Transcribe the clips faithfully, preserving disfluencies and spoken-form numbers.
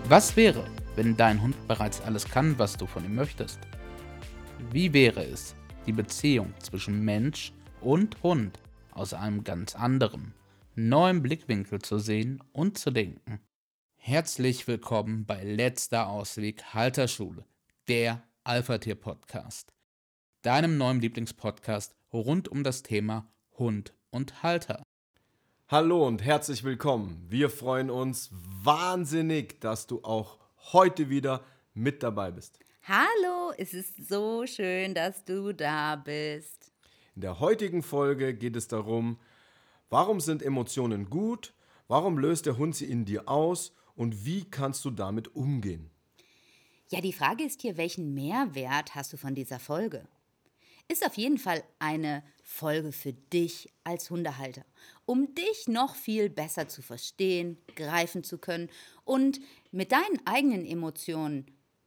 Was wäre, wenn dein Hund bereits alles kann, was du von ihm möchtest? Wie wäre es, die Beziehung zwischen Mensch und Hund aus einem ganz anderen, neuen Blickwinkel zu sehen und zu denken? Herzlich willkommen bei Letzter Ausweg Halterschule, der Alpha-Tier-Podcast, deinem neuen Lieblingspodcast rund um das Thema Hund und Halter. Hallo und herzlich willkommen. Wir freuen uns wahnsinnig, dass du auch heute wieder mit dabei bist. Hallo, es ist so schön, dass du da bist. In der heutigen Folge geht es darum, warum sind Emotionen gut, warum löst der Hund sie in dir aus und wie kannst du damit umgehen? Ja, die Frage ist hier, welchen Mehrwert hast du von dieser Folge? Ist auf jeden Fall eine Folge für dich als Hundehalter, um dich noch viel besser zu verstehen, greifen zu können und mit deinen eigenen Emotionen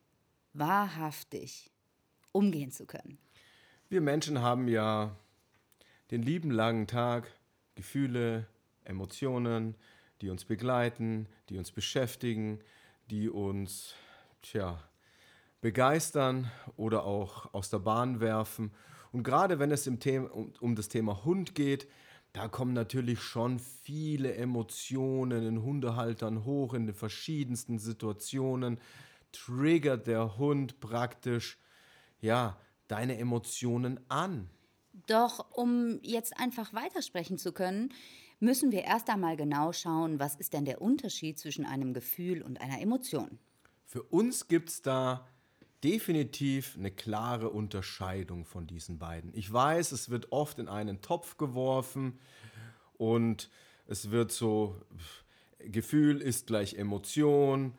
wahrhaftig umgehen zu können. Wir Menschen haben ja den lieben langen Tag, Gefühle, Emotionen, die uns begleiten, die uns beschäftigen, die uns, tja, begeistern oder auch aus der Bahn werfen. Und gerade wenn es im Thema, um, um das Thema Hund geht, da kommen natürlich schon viele Emotionen in Hundehaltern hoch, in den verschiedensten Situationen. Triggert der Hund praktisch, ja, deine Emotionen an. Doch um jetzt einfach weitersprechen zu können, müssen wir erst einmal genau schauen, was ist denn der Unterschied zwischen einem Gefühl und einer Emotion. Für uns gibt es da definitiv eine klare Unterscheidung von diesen beiden. Ich weiß, es wird oft in einen Topf geworfen und es wird so, Gefühl ist gleich Emotion.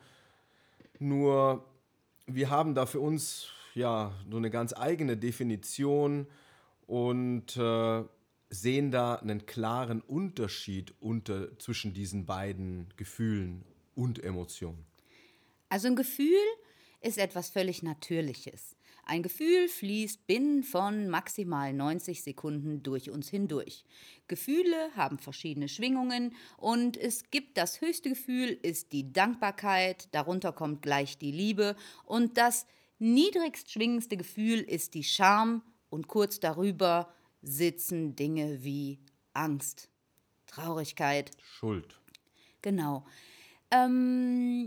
Nur wir haben da für uns ja so eine ganz eigene Definition und äh, sehen da einen klaren Unterschied unter, zwischen diesen beiden Gefühlen und Emotionen. Also ein Gefühl ist etwas völlig Natürliches. Ein Gefühl fließt binnen von maximal neunzig Sekunden durch uns hindurch. Gefühle haben verschiedene Schwingungen und es gibt das höchste Gefühl, ist die Dankbarkeit, darunter kommt gleich die Liebe und das niedrigst schwingendste Gefühl ist die Scham und kurz darüber sitzen Dinge wie Angst, Traurigkeit. Schuld. Genau. Ähm,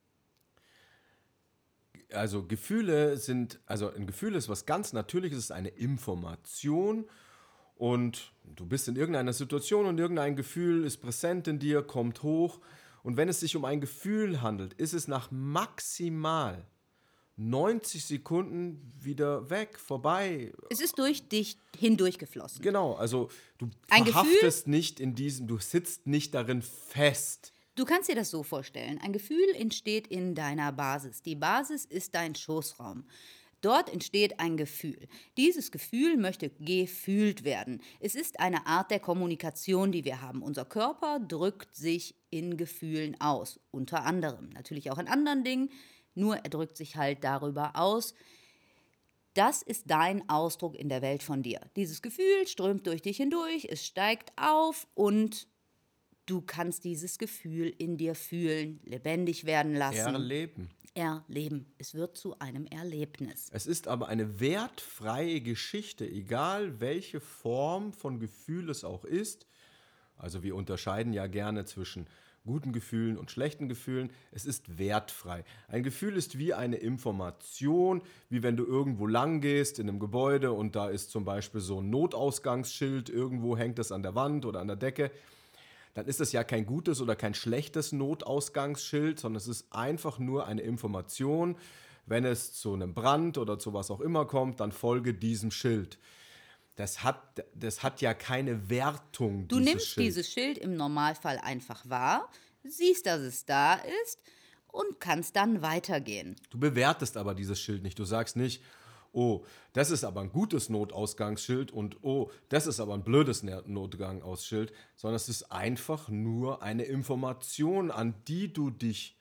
Also Gefühle sind, also ein Gefühl ist was ganz Natürliches, es ist eine Information und du bist in irgendeiner Situation und irgendein Gefühl ist präsent in dir, kommt hoch und wenn es sich um ein Gefühl handelt, ist es nach maximal neunzig Sekunden wieder weg, vorbei. Es ist durch dich hindurchgeflossen. Genau, also du Ein verhaftest nicht in diesem, du sitzt nicht darin fest. Du kannst dir das so vorstellen. Ein Gefühl entsteht in deiner Basis. Die Basis ist dein Schoßraum. Dort entsteht ein Gefühl. Dieses Gefühl möchte gefühlt werden. Es ist eine Art der Kommunikation, die wir haben. Unser Körper drückt sich in Gefühlen aus. Unter anderem. Natürlich auch in anderen Dingen. Nur er drückt sich halt darüber aus. Das ist dein Ausdruck in der Welt von dir. Dieses Gefühl strömt durch dich hindurch, es steigt auf und du kannst dieses Gefühl in dir fühlen, lebendig werden lassen. Erleben. Erleben. Es wird zu einem Erlebnis. Es ist aber eine wertfreie Geschichte, egal welche Form von Gefühl es auch ist. Also wir unterscheiden ja gerne zwischen guten Gefühlen und schlechten Gefühlen. Es ist wertfrei. Ein Gefühl ist wie eine Information, wie wenn du irgendwo lang gehst in einem Gebäude und da ist zum Beispiel so ein Notausgangsschild, irgendwo hängt das an der Wand oder an der Decke. Dann ist es ja kein gutes oder kein schlechtes Notausgangsschild, sondern es ist einfach nur eine Information. Wenn es zu einem Brand oder zu was auch immer kommt, dann folge diesem Schild. Das hat, das hat ja keine Wertung, Du dieses nimmst Schild. dieses Schild im Normalfall einfach wahr, siehst, dass es da ist und kannst dann weitergehen. Du bewertest aber dieses Schild nicht. Du sagst nicht, oh, das ist aber ein gutes Notausgangsschild und oh, das ist aber ein blödes Notgangausschild, sondern es ist einfach nur eine Information, an die du dich,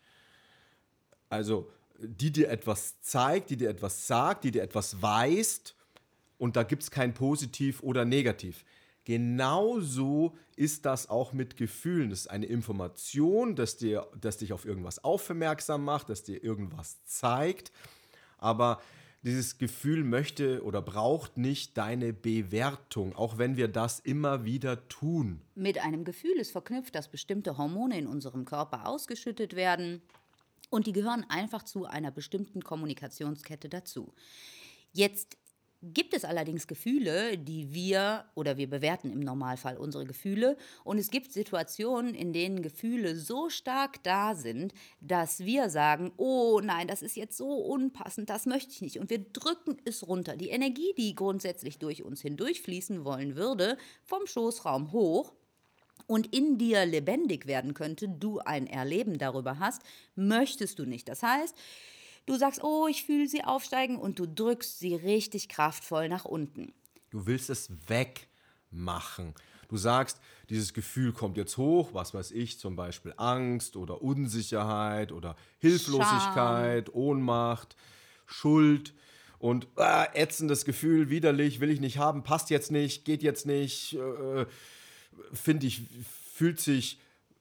also die dir etwas zeigt, die dir etwas sagt, die dir etwas weist und da gibt es kein Positiv oder Negativ. Genauso ist das auch mit Gefühlen. Das ist eine Information, dass dir, dass dich auf irgendwas aufmerksam macht, dass dir irgendwas zeigt. Aber dieses Gefühl möchte oder braucht nicht deine Bewertung, auch wenn wir das immer wieder tun. Mit einem Gefühl ist verknüpft, dass bestimmte Hormone in unserem Körper ausgeschüttet werden und die gehören einfach zu einer bestimmten Kommunikationskette dazu. Jetzt gibt es allerdings Gefühle, die wir oder wir bewerten im Normalfall unsere Gefühle und es gibt Situationen, in denen Gefühle so stark da sind, dass wir sagen, oh nein, das ist jetzt so unpassend, das möchte ich nicht und wir drücken es runter. Die Energie, die grundsätzlich durch uns hindurchfließen wollen würde, vom Schoßraum hoch und in dir lebendig werden könnte, du ein Erleben darüber hast, möchtest du nicht. Das heißt, du sagst, oh, ich fühle sie aufsteigen und du drückst sie richtig kraftvoll nach unten. Du willst es wegmachen. Du sagst, dieses Gefühl kommt jetzt hoch, was weiß ich, zum Beispiel Angst oder Unsicherheit oder Hilflosigkeit, Scham. Ohnmacht, Schuld und äh, ätzendes Gefühl, widerlich, will ich nicht haben, passt jetzt nicht, geht jetzt nicht, äh, finde ich, fühlt sich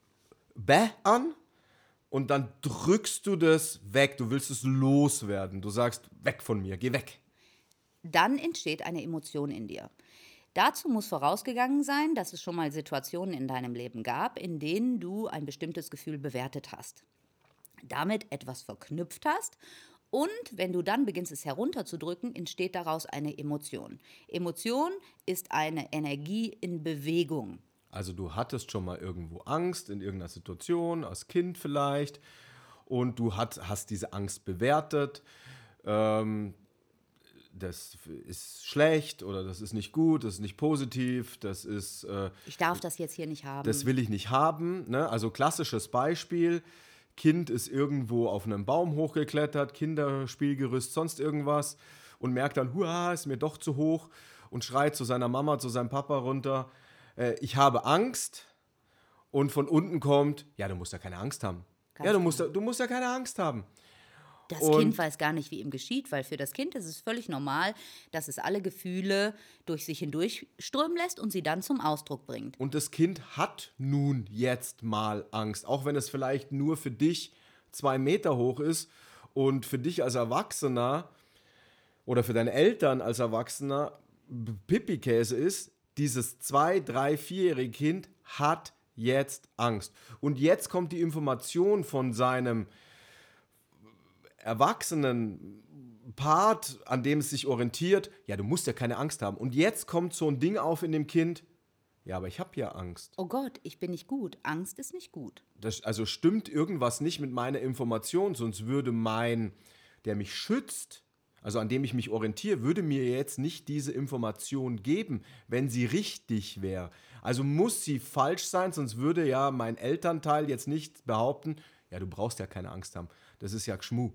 bäh an. Und dann drückst du das weg, du willst es loswerden. Du sagst, weg von mir, geh weg. Dann entsteht eine Emotion in dir. Dazu muss vorausgegangen sein, dass es schon mal Situationen in deinem Leben gab, in denen du ein bestimmtes Gefühl bewertet hast, damit etwas verknüpft hast und wenn du dann beginnst, es herunterzudrücken, entsteht daraus eine Emotion. Emotion ist eine Energie in Bewegung. Also du hattest schon mal irgendwo Angst in irgendeiner Situation, als Kind vielleicht, und du hat, hast diese Angst bewertet. Ähm, das ist schlecht oder das ist nicht gut, das ist nicht positiv, das ist... Äh, ich darf das jetzt hier nicht haben. Das will ich nicht haben. Ne? Also klassisches Beispiel, Kind ist irgendwo auf einem Baum hochgeklettert, Kinderspielgerüst, sonst irgendwas und merkt dann, huah, ist mir doch zu hoch und schreit zu seiner Mama, zu seinem Papa runter, ich habe Angst und von unten kommt, ja, du musst ja keine Angst haben. Ganz ja, du musst, du musst ja keine Angst haben. Das und Kind weiß gar nicht, wie ihm geschieht, weil für das Kind ist es völlig normal, dass es alle Gefühle durch sich hindurchströmen lässt und sie dann zum Ausdruck bringt. Und das Kind hat nun jetzt mal Angst, auch wenn es vielleicht nur für dich zwei Meter hoch ist und für dich als Erwachsener oder für deine Eltern als Erwachsener Pipi-Käse ist. Dieses zwei-, drei-, vierjährige Kind hat jetzt Angst. Und jetzt kommt die Information von seinem erwachsenen Part, an dem es sich orientiert, ja, du musst ja keine Angst haben. Und jetzt kommt so ein Ding auf in dem Kind, ja, aber ich habe ja Angst. Oh Gott, ich bin nicht gut. Angst ist nicht gut. Das, also stimmt irgendwas nicht mit meiner Information, sonst würde mein, der mich schützt, also an dem ich mich orientiere, würde mir jetzt nicht diese Information geben, wenn sie richtig wäre. Also muss sie falsch sein, sonst würde ja mein Elternteil jetzt nicht behaupten, ja, du brauchst ja keine Angst haben. Das ist ja Gschmu.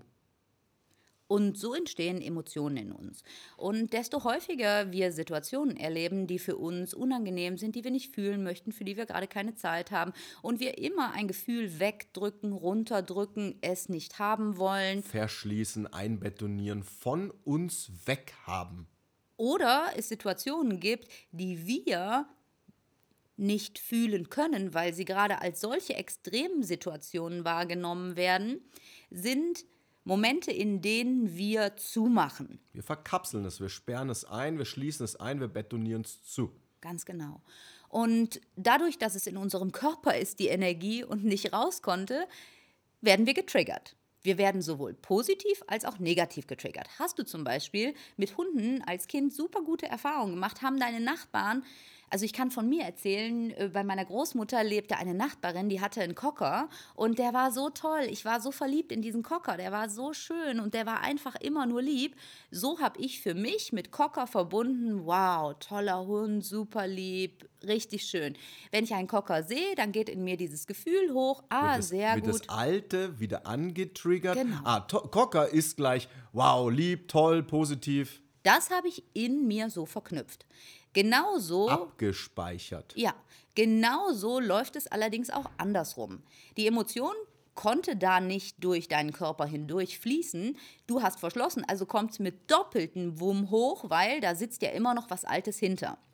Und so entstehen Emotionen in uns. Und desto häufiger wir Situationen erleben, die für uns unangenehm sind, die wir nicht fühlen möchten, für die wir gerade keine Zeit haben und wir immer ein Gefühl wegdrücken, runterdrücken, es nicht haben wollen. Verschließen, einbetonieren, von uns weghaben. Oder es Situationen gibt, die wir nicht fühlen können, weil sie gerade als solche extremen Situationen wahrgenommen werden, sind Momente, in denen wir zumachen. Wir verkapseln es, wir sperren es ein, wir schließen es ein, wir betonieren es zu. Ganz genau. Und dadurch, dass es in unserem Körper ist, die Energie und nicht raus konnte, werden wir getriggert. Wir werden sowohl positiv als auch negativ getriggert. Hast du zum Beispiel mit Hunden als Kind super gute Erfahrungen gemacht, haben deine Nachbarn, also ich kann von mir erzählen, bei meiner Großmutter lebte eine Nachbarin, die hatte einen Cocker und der war so toll. Ich war so verliebt in diesen Cocker, der war so schön und der war einfach immer nur lieb. So habe ich für mich mit Cocker verbunden, wow, toller Hund, super lieb, richtig schön. Wenn ich einen Cocker sehe, dann geht in mir dieses Gefühl hoch, ah, wird das, sehr wird gut. Das Alte wieder angetriggert. Genau. Ah, to- Cocker ist gleich, wow, lieb, toll, positiv. Das habe ich in mir so verknüpft. Genauso, abgespeichert. Ja, genauso läuft es allerdings auch andersrum. Die Emotion konnte da nicht durch deinen Körper hindurch fließen. Du hast verschlossen, also kommt es mit doppeltem Wumm hoch, weil da sitzt ja immer noch was Altes hinter.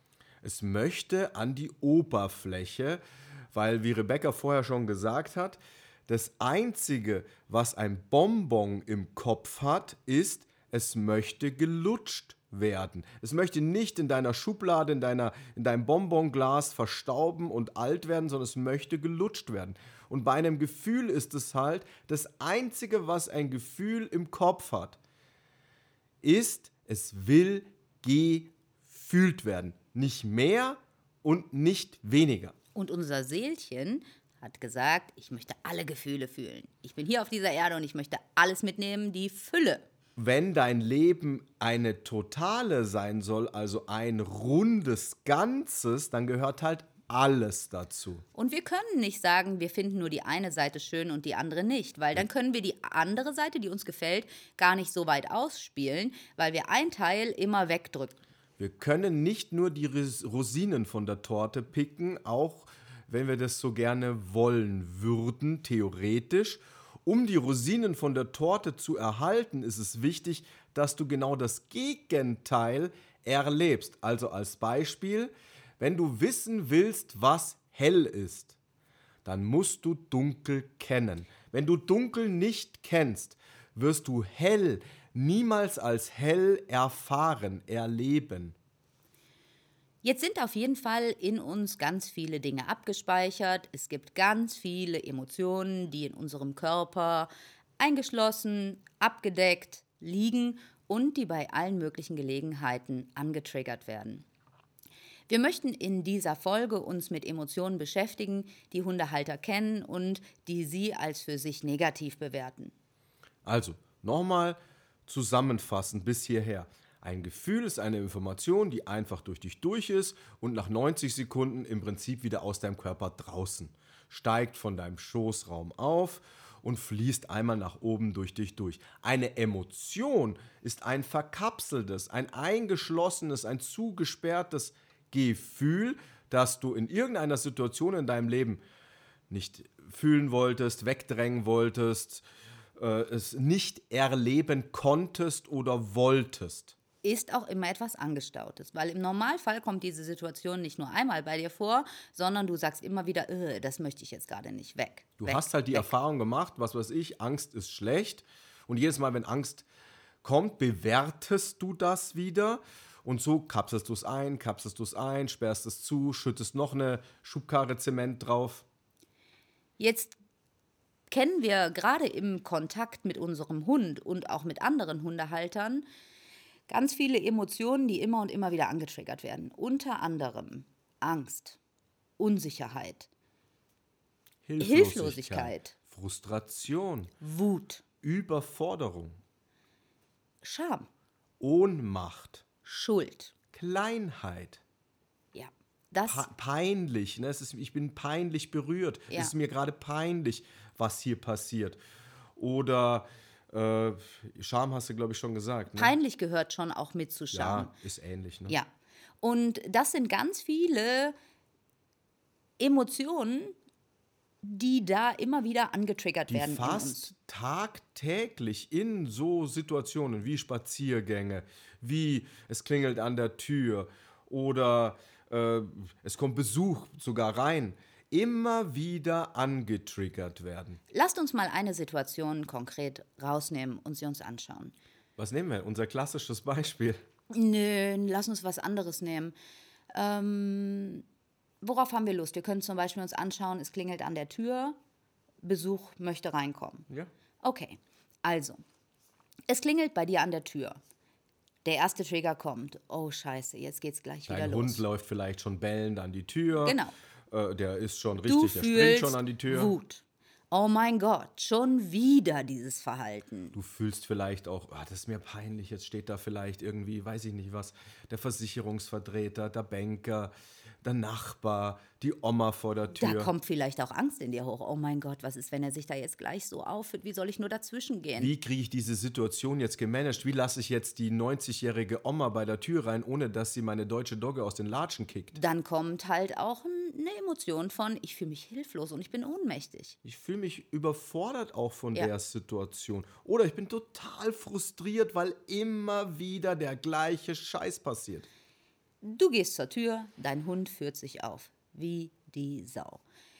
Es möchte an die Oberfläche, weil, wie Rebecca vorher schon gesagt hat, das Einzige, was ein Bonbon im Kopf hat, ist, es möchte gelutscht werden. Es möchte nicht in deiner Schublade, in, deiner, in deinem Bonbonglas verstauben und alt werden, sondern es möchte gelutscht werden. Und bei einem Gefühl ist es halt, das Einzige, was ein Gefühl im Kopf hat, ist, es will gefühlt werden. Nicht mehr und nicht weniger. Und unser Seelchen hat gesagt, ich möchte alle Gefühle fühlen. Ich bin hier auf dieser Erde und ich möchte alles mitnehmen, die Fülle. Wenn dein Leben eine totale sein soll, also ein rundes Ganzes, dann gehört halt alles dazu. Und wir können nicht sagen, wir finden nur die eine Seite schön und die andere nicht, weil dann können wir die andere Seite, die uns gefällt, gar nicht so weit ausspielen, weil wir ein Teil immer wegdrücken. Wir können nicht nur die Rosinen von der Torte picken, auch wenn wir das so gerne wollen würden, theoretisch. Um die Rosinen von der Torte zu erhalten, ist es wichtig, dass du genau das Gegenteil erlebst. Also als Beispiel, wenn du wissen willst, was hell ist, dann musst du dunkel kennen. Wenn du dunkel nicht kennst, wirst du hell niemals als hell erfahren, erleben. Jetzt sind auf jeden Fall in uns ganz viele Dinge abgespeichert. Es gibt ganz viele Emotionen, die in unserem Körper eingeschlossen, abgedeckt liegen und die bei allen möglichen Gelegenheiten angetriggert werden. Wir möchten in dieser Folge uns mit Emotionen beschäftigen, die Hundehalter kennen und die sie als für sich negativ bewerten. Also, nochmal zusammenfassend bis hierher. Ein Gefühl ist eine Information, die einfach durch dich durch ist und nach neunzig Sekunden im Prinzip wieder aus deinem Körper draußen. Steigt von deinem Schoßraum auf und fließt einmal nach oben durch dich durch. Eine Emotion ist ein verkapseltes, ein eingeschlossenes, ein zugesperrtes Gefühl, das du in irgendeiner Situation in deinem Leben nicht fühlen wolltest, wegdrängen wolltest, äh, es nicht erleben konntest oder wolltest. Ist auch immer etwas Angestautes, weil im Normalfall kommt diese Situation nicht nur einmal bei dir vor, sondern du sagst immer wieder, äh, das möchte ich jetzt gerade nicht, weg. Du weg, hast halt die weg. Erfahrung gemacht, was weiß ich, Angst ist schlecht und jedes Mal, wenn Angst kommt, bewertest du das wieder und so kapselst du es ein, kapselst du es ein, sperrst es zu, schüttest noch eine Schubkarre Zement drauf. Jetzt kennen wir gerade im Kontakt mit unserem Hund und auch mit anderen Hundehaltern ganz viele Emotionen, die immer und immer wieder angetriggert werden. Unter anderem Angst, Unsicherheit, Hilflosigkeit, Hilflosigkeit, Frustration, Wut, Überforderung, Scham, Ohnmacht, Schuld. Kleinheit. Ja, das Pa- peinlich, ne? Es ist, ich bin peinlich berührt. Ja. Es ist mir gerade peinlich, was hier passiert. Oder äh, Scham hast du, glaube ich, schon gesagt. Ne? peinlich gehört schon auch mit zu Scham. Ja, ist ähnlich. Ne? Ja, und das sind ganz viele Emotionen, die da immer wieder angetriggert Die werden in uns. fast tagtäglich in so Situationen wie Spaziergänge, wie es klingelt an der Tür oder äh, es kommt Besuch sogar rein, immer wieder angetriggert werden. Lasst uns mal eine Situation konkret rausnehmen und sie uns anschauen. Was nehmen wir? Unser klassisches Beispiel. Nö, lass uns was anderes nehmen. Ähm, worauf haben wir Lust? Wir können zum Beispiel uns anschauen, es klingelt an der Tür, Besuch möchte reinkommen. Ja. Okay, also, es klingelt bei dir an der Tür. Der erste Trigger kommt. Oh, scheiße, jetzt geht's gleich wieder Dein los. Hund läuft vielleicht schon bellend an die Tür. Genau. Äh, der ist schon Du richtig, der springt fühlst schon an die Tür. Wut. Oh mein Gott, schon wieder dieses Verhalten. Du fühlst vielleicht auch, ah, das ist mir peinlich, jetzt steht da vielleicht irgendwie, weiß ich nicht was, der Versicherungsvertreter, der Banker, der Nachbar, die Oma vor der Tür. Da kommt vielleicht auch Angst in dir hoch. Oh mein Gott, was ist, wenn er sich da jetzt gleich so aufführt? Wie soll ich nur dazwischen gehen? Wie kriege ich diese Situation jetzt gemanagt? Wie lasse ich jetzt die neunzigjährige Oma bei der Tür rein, ohne dass sie meine deutsche Dogge aus den Latschen kickt? Dann kommt halt auch eine Emotion von, ich fühle mich hilflos und ich bin ohnmächtig. Ich fühle mich überfordert auch von Ja. der Situation. Oder ich bin total frustriert, weil immer wieder der gleiche Scheiß passiert. Du gehst zur Tür, dein Hund führt sich auf, wie die Sau.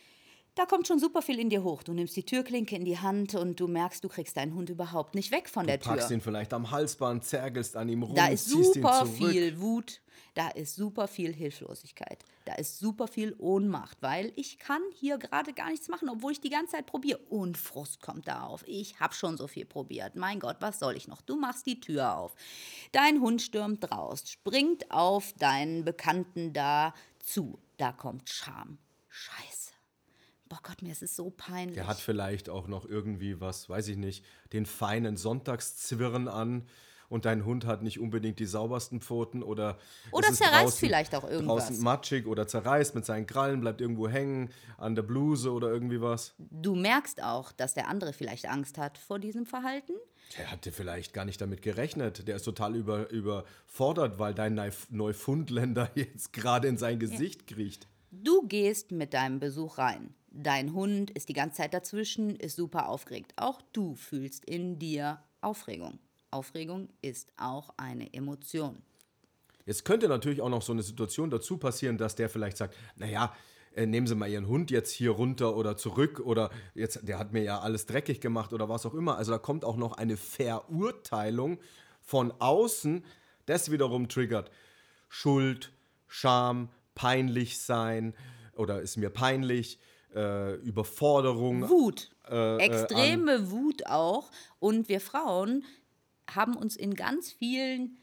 Da kommt schon super viel in dir hoch. Du nimmst die Türklinke in die Hand und du merkst, du kriegst deinen Hund überhaupt nicht weg von der Du packst Tür. ihn vielleicht am Halsband, zergelst an ihm rum, Da ist ziehst ihn super zurück. viel Wut, da ist super viel Hilflosigkeit, da ist super viel Ohnmacht, weil ich kann hier gerade gar nichts machen, obwohl ich die ganze Zeit probiere. Und Frust kommt da auf. Ich habe schon so viel probiert. Mein Gott, was soll ich noch? Du machst die Tür auf. Dein Hund stürmt raus, springt auf deinen Bekannten da zu. Da kommt Scham. Scheiße. Boah Gott, mir ist es so peinlich. Der hat vielleicht auch noch irgendwie was, weiß ich nicht, den feinen Sonntagszwirren an und dein Hund hat nicht unbedingt die saubersten Pfoten oder Oder es ist zerreißt draußen, vielleicht auch irgendwas. draußen matschig oder zerreißt mit seinen Krallen, bleibt irgendwo hängen an der Bluse oder irgendwie was. Du merkst auch, dass der andere vielleicht Angst hat vor diesem Verhalten. Der hatte vielleicht gar nicht damit gerechnet. Der ist total über, überfordert, weil dein Neuf- Neufundländer jetzt gerade in sein Gesicht kriecht. Du gehst mit deinem Besuch rein. Dein Hund ist die ganze Zeit dazwischen, ist super aufgeregt. Auch du fühlst in dir Aufregung. Aufregung ist auch eine Emotion. Jetzt könnte natürlich auch noch so eine Situation dazu passieren, dass der vielleicht sagt, naja, äh, nehmen Sie mal Ihren Hund jetzt hier runter oder zurück oder jetzt, der hat mir ja alles dreckig gemacht oder was auch immer. Also da kommt auch noch eine Verurteilung von außen, das wiederum triggert Schuld, Scham, peinlich sein oder ist mir peinlich, äh, Überforderung. Wut. äh, Extreme Wut auch. Und wir Frauen haben uns in ganz vielen,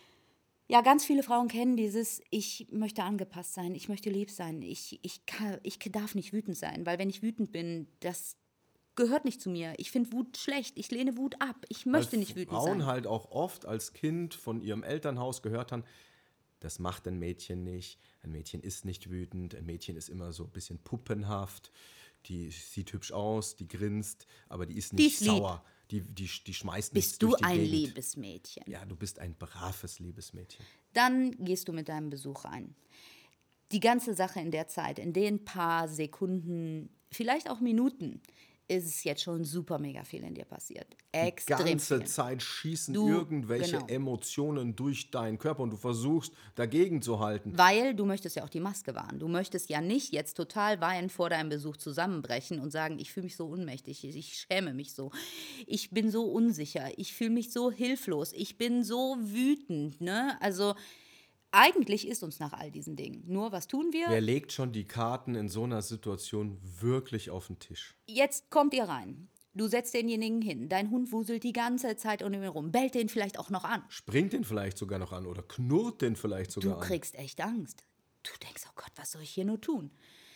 ja, ganz viele Frauen kennen dieses, ich möchte angepasst sein, ich möchte lieb sein, ich, ich, kann, ich darf nicht wütend sein, weil wenn ich wütend bin, das gehört nicht zu mir. Ich finde Wut schlecht, ich lehne Wut ab, ich möchte Weil nicht wütend Frauen sein. halt auch oft als Kind von ihrem Elternhaus gehört haben, das macht ein Mädchen nicht, ein Mädchen ist nicht wütend, ein Mädchen ist immer so ein bisschen puppenhaft, die sieht hübsch aus, die grinst, aber die ist Die nicht ist lieb. sauer, die, die, die schmeißt nichts Bist du durch die ein Gegend. liebes Mädchen? Ja, du bist ein braves, liebes Mädchen. Dann gehst du mit deinem Besuch ein. Die ganze Sache in der Zeit, in den paar Sekunden, vielleicht auch Minuten, ist es jetzt schon super mega viel in dir passiert. Die Extrem ganze viel. Zeit schießen Du- irgendwelche genau. Emotionen durch deinen Körper und du versuchst dagegen zu halten. Weil du möchtest ja auch die Maske wahren. Du möchtest ja nicht jetzt total weinend vor deinem Besuch zusammenbrechen und sagen, ich fühle mich so unmächtig, ich schäme mich so, ich bin so unsicher, ich fühle mich so hilflos, ich bin so wütend. Ne? Also eigentlich ist uns nach all diesen Dingen. Nur was tun wir? Wer legt schon die Karten in so einer Situation wirklich auf den Tisch? Jetzt kommt ihr rein. Du setzt denjenigen hin. Dein Hund wuselt die ganze Zeit um ihn rum. Bellt den vielleicht auch noch an. Springt den vielleicht sogar noch an oder knurrt den vielleicht sogar Du an. kriegst echt Angst. Du denkst, oh Gott, was soll ich hier nur tun?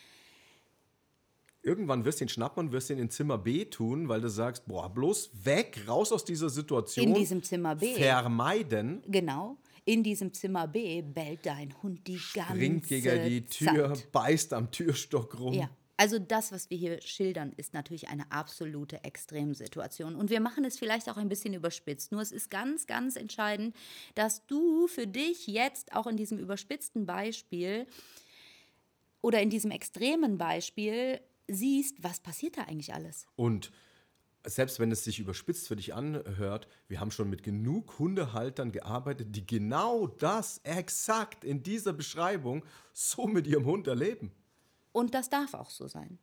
Irgendwann wirst du ihn schnappen und wirst ihn in Zimmer B tun, weil du sagst, boah, bloß weg, raus aus dieser Situation. In diesem Zimmer B. Vermeiden. Genau. In diesem Zimmer B bellt dein Hund die ganze Springt gegen die Tür, Zeit. beißt am Türstock rum. Ja. Also das, was wir hier schildern, ist natürlich eine absolute Extremsituation. Und wir machen es vielleicht auch ein bisschen überspitzt. Nur es ist ganz, ganz entscheidend, dass du für dich jetzt auch in diesem überspitzten Beispiel oder in diesem extremen Beispiel siehst, was passiert da eigentlich alles. Und selbst wenn es sich überspitzt für dich anhört, wir haben schon mit genug Hundehaltern gearbeitet, die genau das exakt in dieser Beschreibung so mit ihrem Hund erleben. Und das darf auch so sein.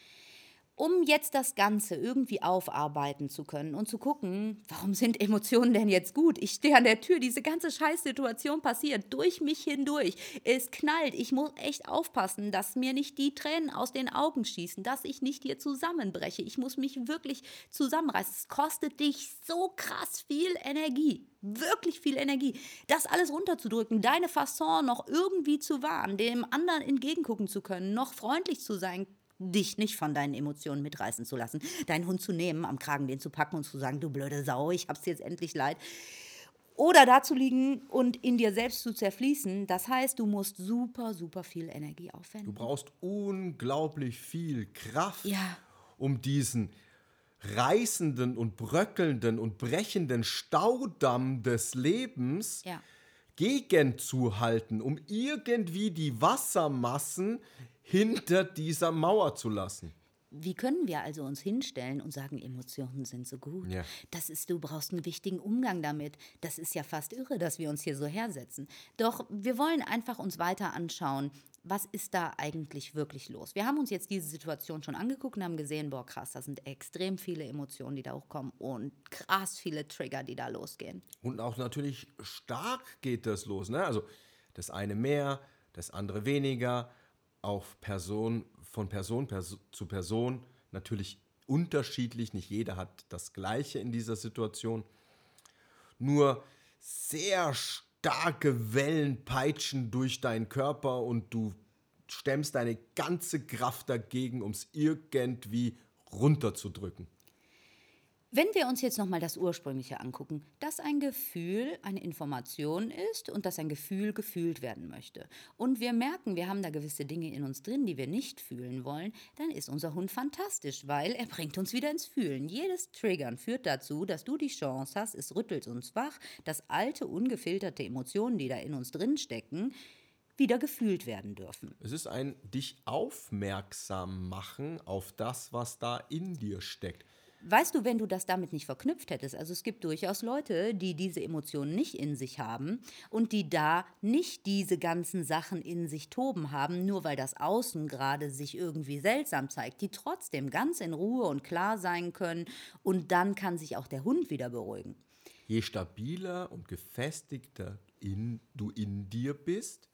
Um jetzt das Ganze irgendwie aufarbeiten zu können und zu gucken, warum sind Emotionen denn jetzt gut? Ich stehe an der Tür, diese ganze Scheißsituation passiert durch mich hindurch. Es knallt, ich muss echt aufpassen, dass mir nicht die Tränen aus den Augen schießen, dass ich nicht hier zusammenbreche. Ich muss mich wirklich zusammenreißen. Es kostet dich so krass viel Energie, wirklich viel Energie, das alles runterzudrücken, deine Fasson noch irgendwie zu wahren, dem anderen entgegengucken zu können, noch freundlich zu sein, dich nicht von deinen Emotionen mitreißen zu lassen, deinen Hund zu nehmen, am Kragen den zu packen und zu sagen, du blöde Sau, ich hab's jetzt endlich leid. Oder da zu liegen und in dir selbst zu zerfließen. Das heißt, du musst super, super viel Energie Du aufwenden. brauchst unglaublich viel Kraft, Ja. um diesen reißenden und bröckelnden und brechenden Staudamm des Lebens Ja. gegenzuhalten, um irgendwie die Wassermassen hinter dieser Mauer zu lassen. Wie können wir also uns hinstellen und sagen, Emotionen sind so gut? Ja. Das ist, du brauchst einen wichtigen Umgang damit. Das ist ja fast irre, dass wir uns hier so hersetzen. Doch wir wollen einfach uns weiter anschauen, was ist da eigentlich wirklich los? Wir haben uns jetzt diese Situation schon angeguckt und haben gesehen, boah krass, das sind extrem viele Emotionen, die da hochkommen und krass viele Trigger, die da losgehen. Und auch natürlich stark geht das los. Ne? Also das eine mehr, das andere weniger, auch Person, von Person pers- zu Person natürlich unterschiedlich. Nicht jeder hat das Gleiche in dieser Situation. Nur sehr starke Wellen peitschen durch deinen Körper und du stemmst deine ganze Kraft dagegen, um es irgendwie runterzudrücken. Wenn wir uns jetzt nochmal das Ursprüngliche angucken, dass ein Gefühl eine Information ist und dass ein Gefühl gefühlt werden möchte. Und wir merken, wir haben da gewisse Dinge in uns drin, die wir nicht fühlen wollen, dann ist unser Hund fantastisch, weil er bringt uns wieder ins Fühlen. Jedes Triggern führt dazu, dass du die Chance hast, es rüttelt uns wach, dass alte, ungefilterte Emotionen, die da in uns drin stecken, wieder gefühlt werden dürfen. Es ist ein dich aufmerksam machen auf das, was da in dir steckt. Weißt du, wenn du das damit nicht verknüpft hättest, also es gibt durchaus Leute, die diese Emotionen nicht in sich haben und die da nicht diese ganzen Sachen in sich toben haben, nur weil das Außen gerade sich irgendwie seltsam zeigt, die trotzdem ganz in Ruhe und klar sein können und dann kann sich auch der Hund wieder beruhigen. Je stabiler und gefestigter in, du in dir bist,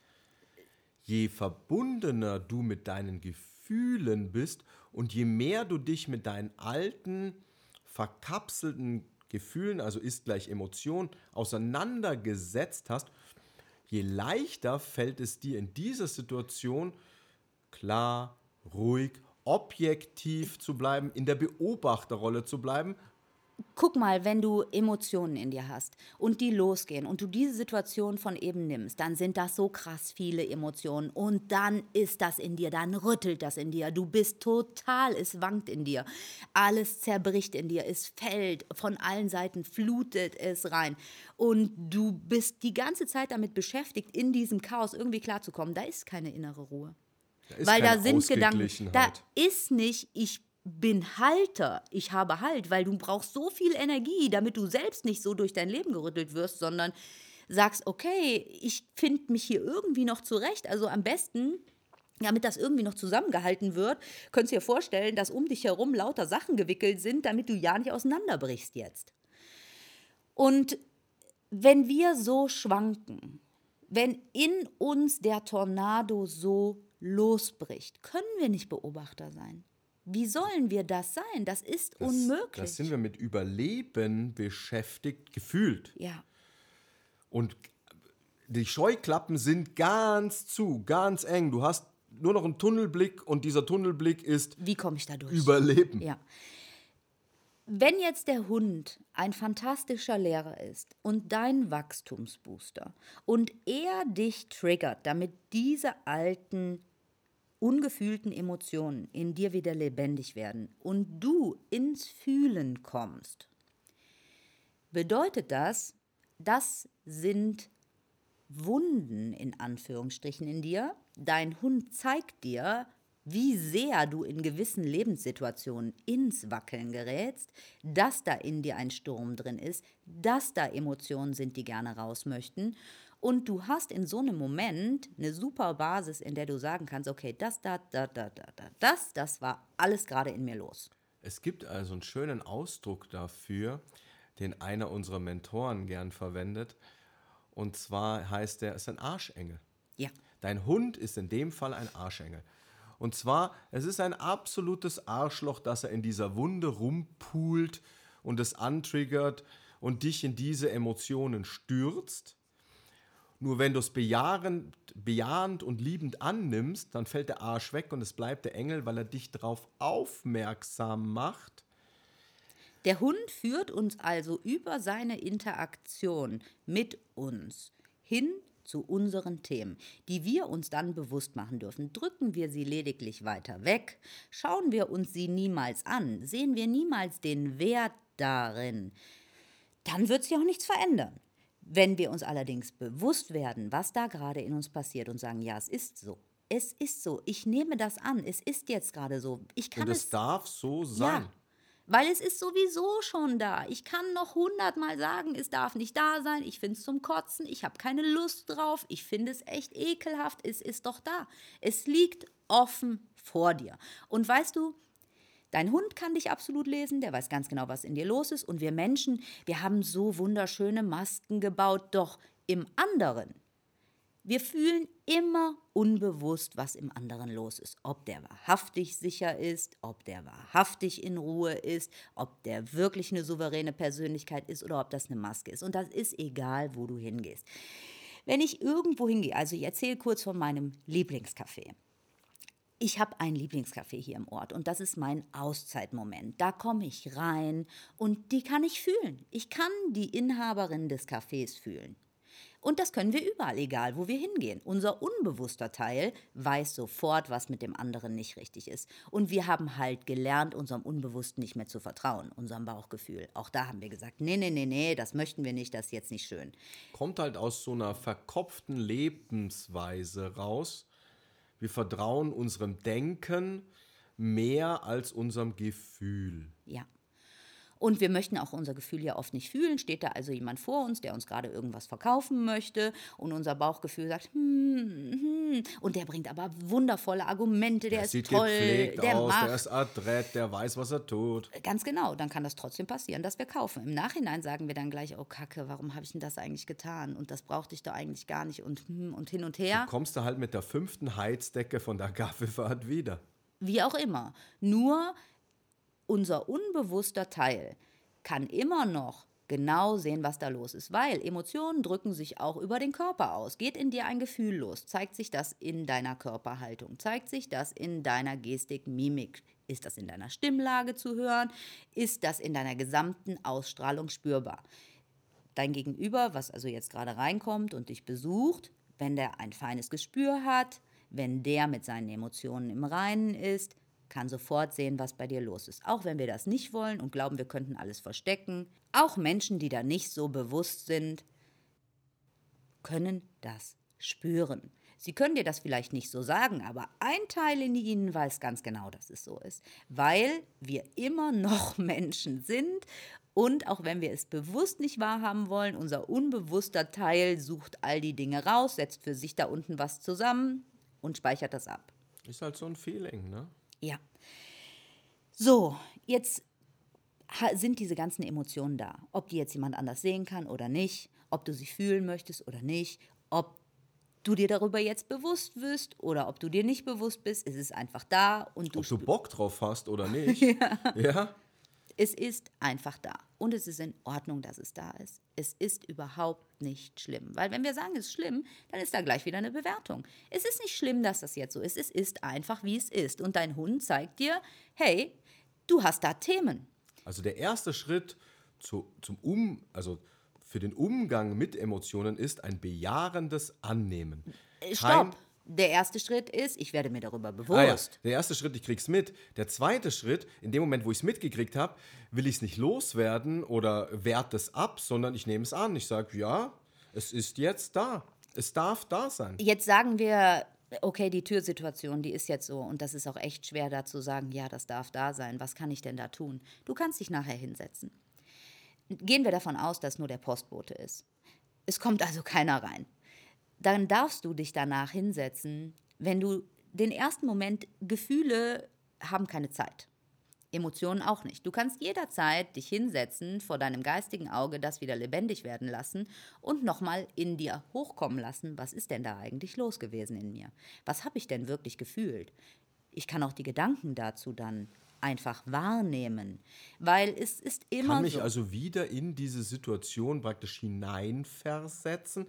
je verbundener du mit deinen Gefühlen bist und je mehr du dich mit deinen alten, verkapselten Gefühlen, also ist gleich Emotion, auseinandergesetzt hast, je leichter fällt es dir in dieser Situation klar, ruhig, objektiv zu bleiben, in der Beobachterrolle zu bleiben. Guck mal, wenn du Emotionen in dir hast und die losgehen und du diese Situation von eben nimmst, dann sind das so krass viele Emotionen und dann ist das in dir, dann rüttelt das in dir. Du bist total, es wankt in dir. Alles zerbricht in dir, es fällt, von allen Seiten flutet es rein. Und du bist die ganze Zeit damit beschäftigt, in diesem Chaos irgendwie klarzukommen. Da ist keine innere Ruhe. Da ist Weil da keine sind Gedanken, da Ausgeglichenheit. ist nicht, ich bin Halter, ich habe Halt, weil du brauchst so viel Energie, damit du selbst nicht so durch dein Leben gerüttelt wirst, sondern sagst, okay, ich finde mich hier irgendwie noch zurecht, also am besten, damit das irgendwie noch zusammengehalten wird, könntest du dir vorstellen, dass um dich herum lauter Sachen gewickelt sind, damit du ja nicht auseinanderbrichst jetzt. Und wenn wir so schwanken, wenn in uns der Tornado so losbricht, können wir nicht Beobachter sein. Wie sollen wir das sein? Das ist Das, unmöglich. das sind wir mit Überleben beschäftigt, gefühlt. Ja, Und die Scheuklappen sind ganz zu, ganz eng. Du hast nur noch einen Tunnelblick und dieser Tunnelblick ist wie komme ich da durch? Überleben. Ja. Wenn jetzt der Hund ein fantastischer Lehrer ist und dein Wachstumsbooster und er dich triggert, damit diese alten ungefühlten Emotionen in dir wieder lebendig werden und du ins Fühlen kommst, bedeutet das, das sind Wunden in Anführungsstrichen in dir. Dein Hund zeigt dir, wie sehr du in gewissen Lebenssituationen ins Wackeln gerätst, dass da in dir ein Sturm drin ist, dass da Emotionen sind, die gerne raus möchten. Und du hast in so einem Moment eine super Basis, in der du sagen kannst, okay, das, da, da, da, da, da, das, das war alles gerade in mir los. Es gibt also einen schönen Ausdruck dafür, den einer unserer Mentoren gern verwendet. Und zwar heißt der, es ist ein Arschengel. Ja. Dein Hund ist in dem Fall ein Arschengel. Und zwar, es ist ein absolutes Arschloch, dass er in dieser Wunde rumpult und es antriggert und dich in diese Emotionen stürzt. Nur wenn du es bejahend, bejahend und liebend annimmst, dann fällt der Arsch weg und es bleibt der Engel, weil er dich darauf aufmerksam macht. Der Hund führt uns also über seine Interaktion mit uns hin zu unseren Themen, die wir uns dann bewusst machen dürfen. Drücken wir sie lediglich weiter weg, schauen wir uns sie niemals an, sehen wir niemals den Wert darin, dann wird sich auch nichts verändern. Wenn wir uns allerdings bewusst werden, was da gerade in uns passiert und sagen, ja, es ist so, es ist so. Ich nehme das an. Es ist jetzt gerade so. Ich kann Und es es, darf so sein. ja, weil es ist sowieso schon da. Ich kann noch hundertmal sagen, es darf nicht da sein. Ich finde es zum Kotzen. Ich habe keine Lust drauf. Ich finde es echt ekelhaft. Es ist doch da. Es liegt offen vor dir. Und weißt du, dein Hund kann dich absolut lesen, der weiß ganz genau, was in dir los ist. Und wir Menschen, wir haben so wunderschöne Masken gebaut. Doch im anderen, wir fühlen immer unbewusst, was im anderen los ist. Ob der wahrhaftig sicher ist, ob der wahrhaftig in Ruhe ist, ob der wirklich eine souveräne Persönlichkeit ist oder ob das eine Maske ist. Und das ist egal, wo du hingehst. Wenn ich irgendwo hingehe, also ich erzähle kurz von meinem Lieblingscafé. Ich habe ein Lieblingscafé hier im Ort und das ist mein Auszeitmoment. Da komme ich rein und die kann ich fühlen. Ich kann die Inhaberin des Cafés fühlen. Und das können wir überall, egal wo wir hingehen. Unser unbewusster Teil weiß sofort, was mit dem anderen nicht richtig ist. Und wir haben halt gelernt, unserem Unbewussten nicht mehr zu vertrauen, unserem Bauchgefühl. Auch da haben wir gesagt, nee, nee, nee, nee, das möchten wir nicht, das ist jetzt nicht schön. Kommt halt aus so einer verkopften Lebensweise raus. Wir vertrauen unserem Denken mehr als unserem Gefühl. Ja. Und wir möchten auch unser Gefühl ja oft nicht fühlen. Steht da also jemand vor uns, der uns gerade irgendwas verkaufen möchte und unser Bauchgefühl sagt, hm, hm. Und der bringt aber wundervolle Argumente, der, Der ist sieht toll, gepflegt der aus, macht. der ist adrett, der weiß, was er tut. Ganz genau, dann kann das trotzdem passieren, dass wir kaufen. Im Nachhinein sagen wir dann gleich, oh Kacke, warum habe ich denn das eigentlich getan? Und das brauchte ich doch eigentlich gar nicht und, hm, und hin und her. Kommst du halt mit der fünften Heizdecke von der Kaffeefahrt wieder. Wie auch immer. Nur unser unbewusster Teil kann immer noch genau sehen, was da los ist, weil Emotionen drücken sich auch über den Körper aus. Geht in dir ein Gefühl los? Zeigt sich das in deiner Körperhaltung? Zeigt sich das in deiner Gestik, Mimik? Ist das in deiner Stimmlage zu hören? Ist das in deiner gesamten Ausstrahlung spürbar? Dein Gegenüber, was also jetzt gerade reinkommt und dich besucht, wenn der ein feines Gespür hat, wenn der mit seinen Emotionen im Reinen ist, kann sofort sehen, was bei dir los ist. Auch wenn wir das nicht wollen und glauben, wir könnten alles verstecken. Auch Menschen, die da nicht so bewusst sind, können das spüren. Sie können dir das vielleicht nicht so sagen, aber ein Teil in ihnen weiß ganz genau, dass es so ist. Weil wir immer noch Menschen sind und auch wenn wir es bewusst nicht wahrhaben wollen, unser unbewusster Teil sucht all die Dinge raus, setzt für sich da unten was zusammen und speichert das ab. Ist halt so ein Feeling, ne? Ja. So, jetzt ha- sind diese ganzen Emotionen da. Ob die jetzt jemand anders sehen kann oder nicht, ob du sie fühlen möchtest oder nicht, ob du dir darüber jetzt bewusst wirst oder ob du dir nicht bewusst bist, es ist einfach da und du Ob du spü- Bock drauf hast oder nicht. Ja. es ist einfach da. Und es ist in Ordnung, dass es da ist. Es ist überhaupt nicht schlimm. Weil wenn wir sagen, es ist schlimm, dann ist da gleich wieder eine Bewertung. Es ist nicht schlimm, dass das jetzt so ist. Es ist einfach, wie es ist. Und dein Hund zeigt dir, hey, du hast da Themen. Also der erste Schritt zu, zum um, also für den Umgang mit Emotionen ist ein bejahendes Annehmen. Äh, Kein- Stopp. Der erste Schritt ist, ich werde mir darüber bewusst. Ah ja, der erste Schritt, ich krieg's mit. Der zweite Schritt, in dem Moment, wo ich es mitgekriegt habe, will ich es nicht loswerden oder werte es ab, sondern ich nehme es an. Ich sage, ja, es ist jetzt da. Es darf da sein. Jetzt sagen wir, okay, die Türsituation, die ist jetzt so und das ist auch echt schwer da zu sagen, ja, das darf da sein. Was kann ich denn da tun? Du kannst dich nachher hinsetzen. Gehen wir davon aus, dass nur der Postbote ist. Es kommt also keiner rein. Dann darfst du dich danach hinsetzen, wenn du den ersten Moment, Gefühle haben keine Zeit. Emotionen auch nicht. Du kannst jederzeit dich hinsetzen, vor deinem geistigen Auge das wieder lebendig werden lassen und nochmal in dir hochkommen lassen, was ist denn da eigentlich los gewesen in mir? Was habe ich denn wirklich gefühlt? Ich kann auch die Gedanken dazu dann einfach wahrnehmen, weil es ist immer Kann mich so. also wieder in diese Situation praktisch hineinversetzen,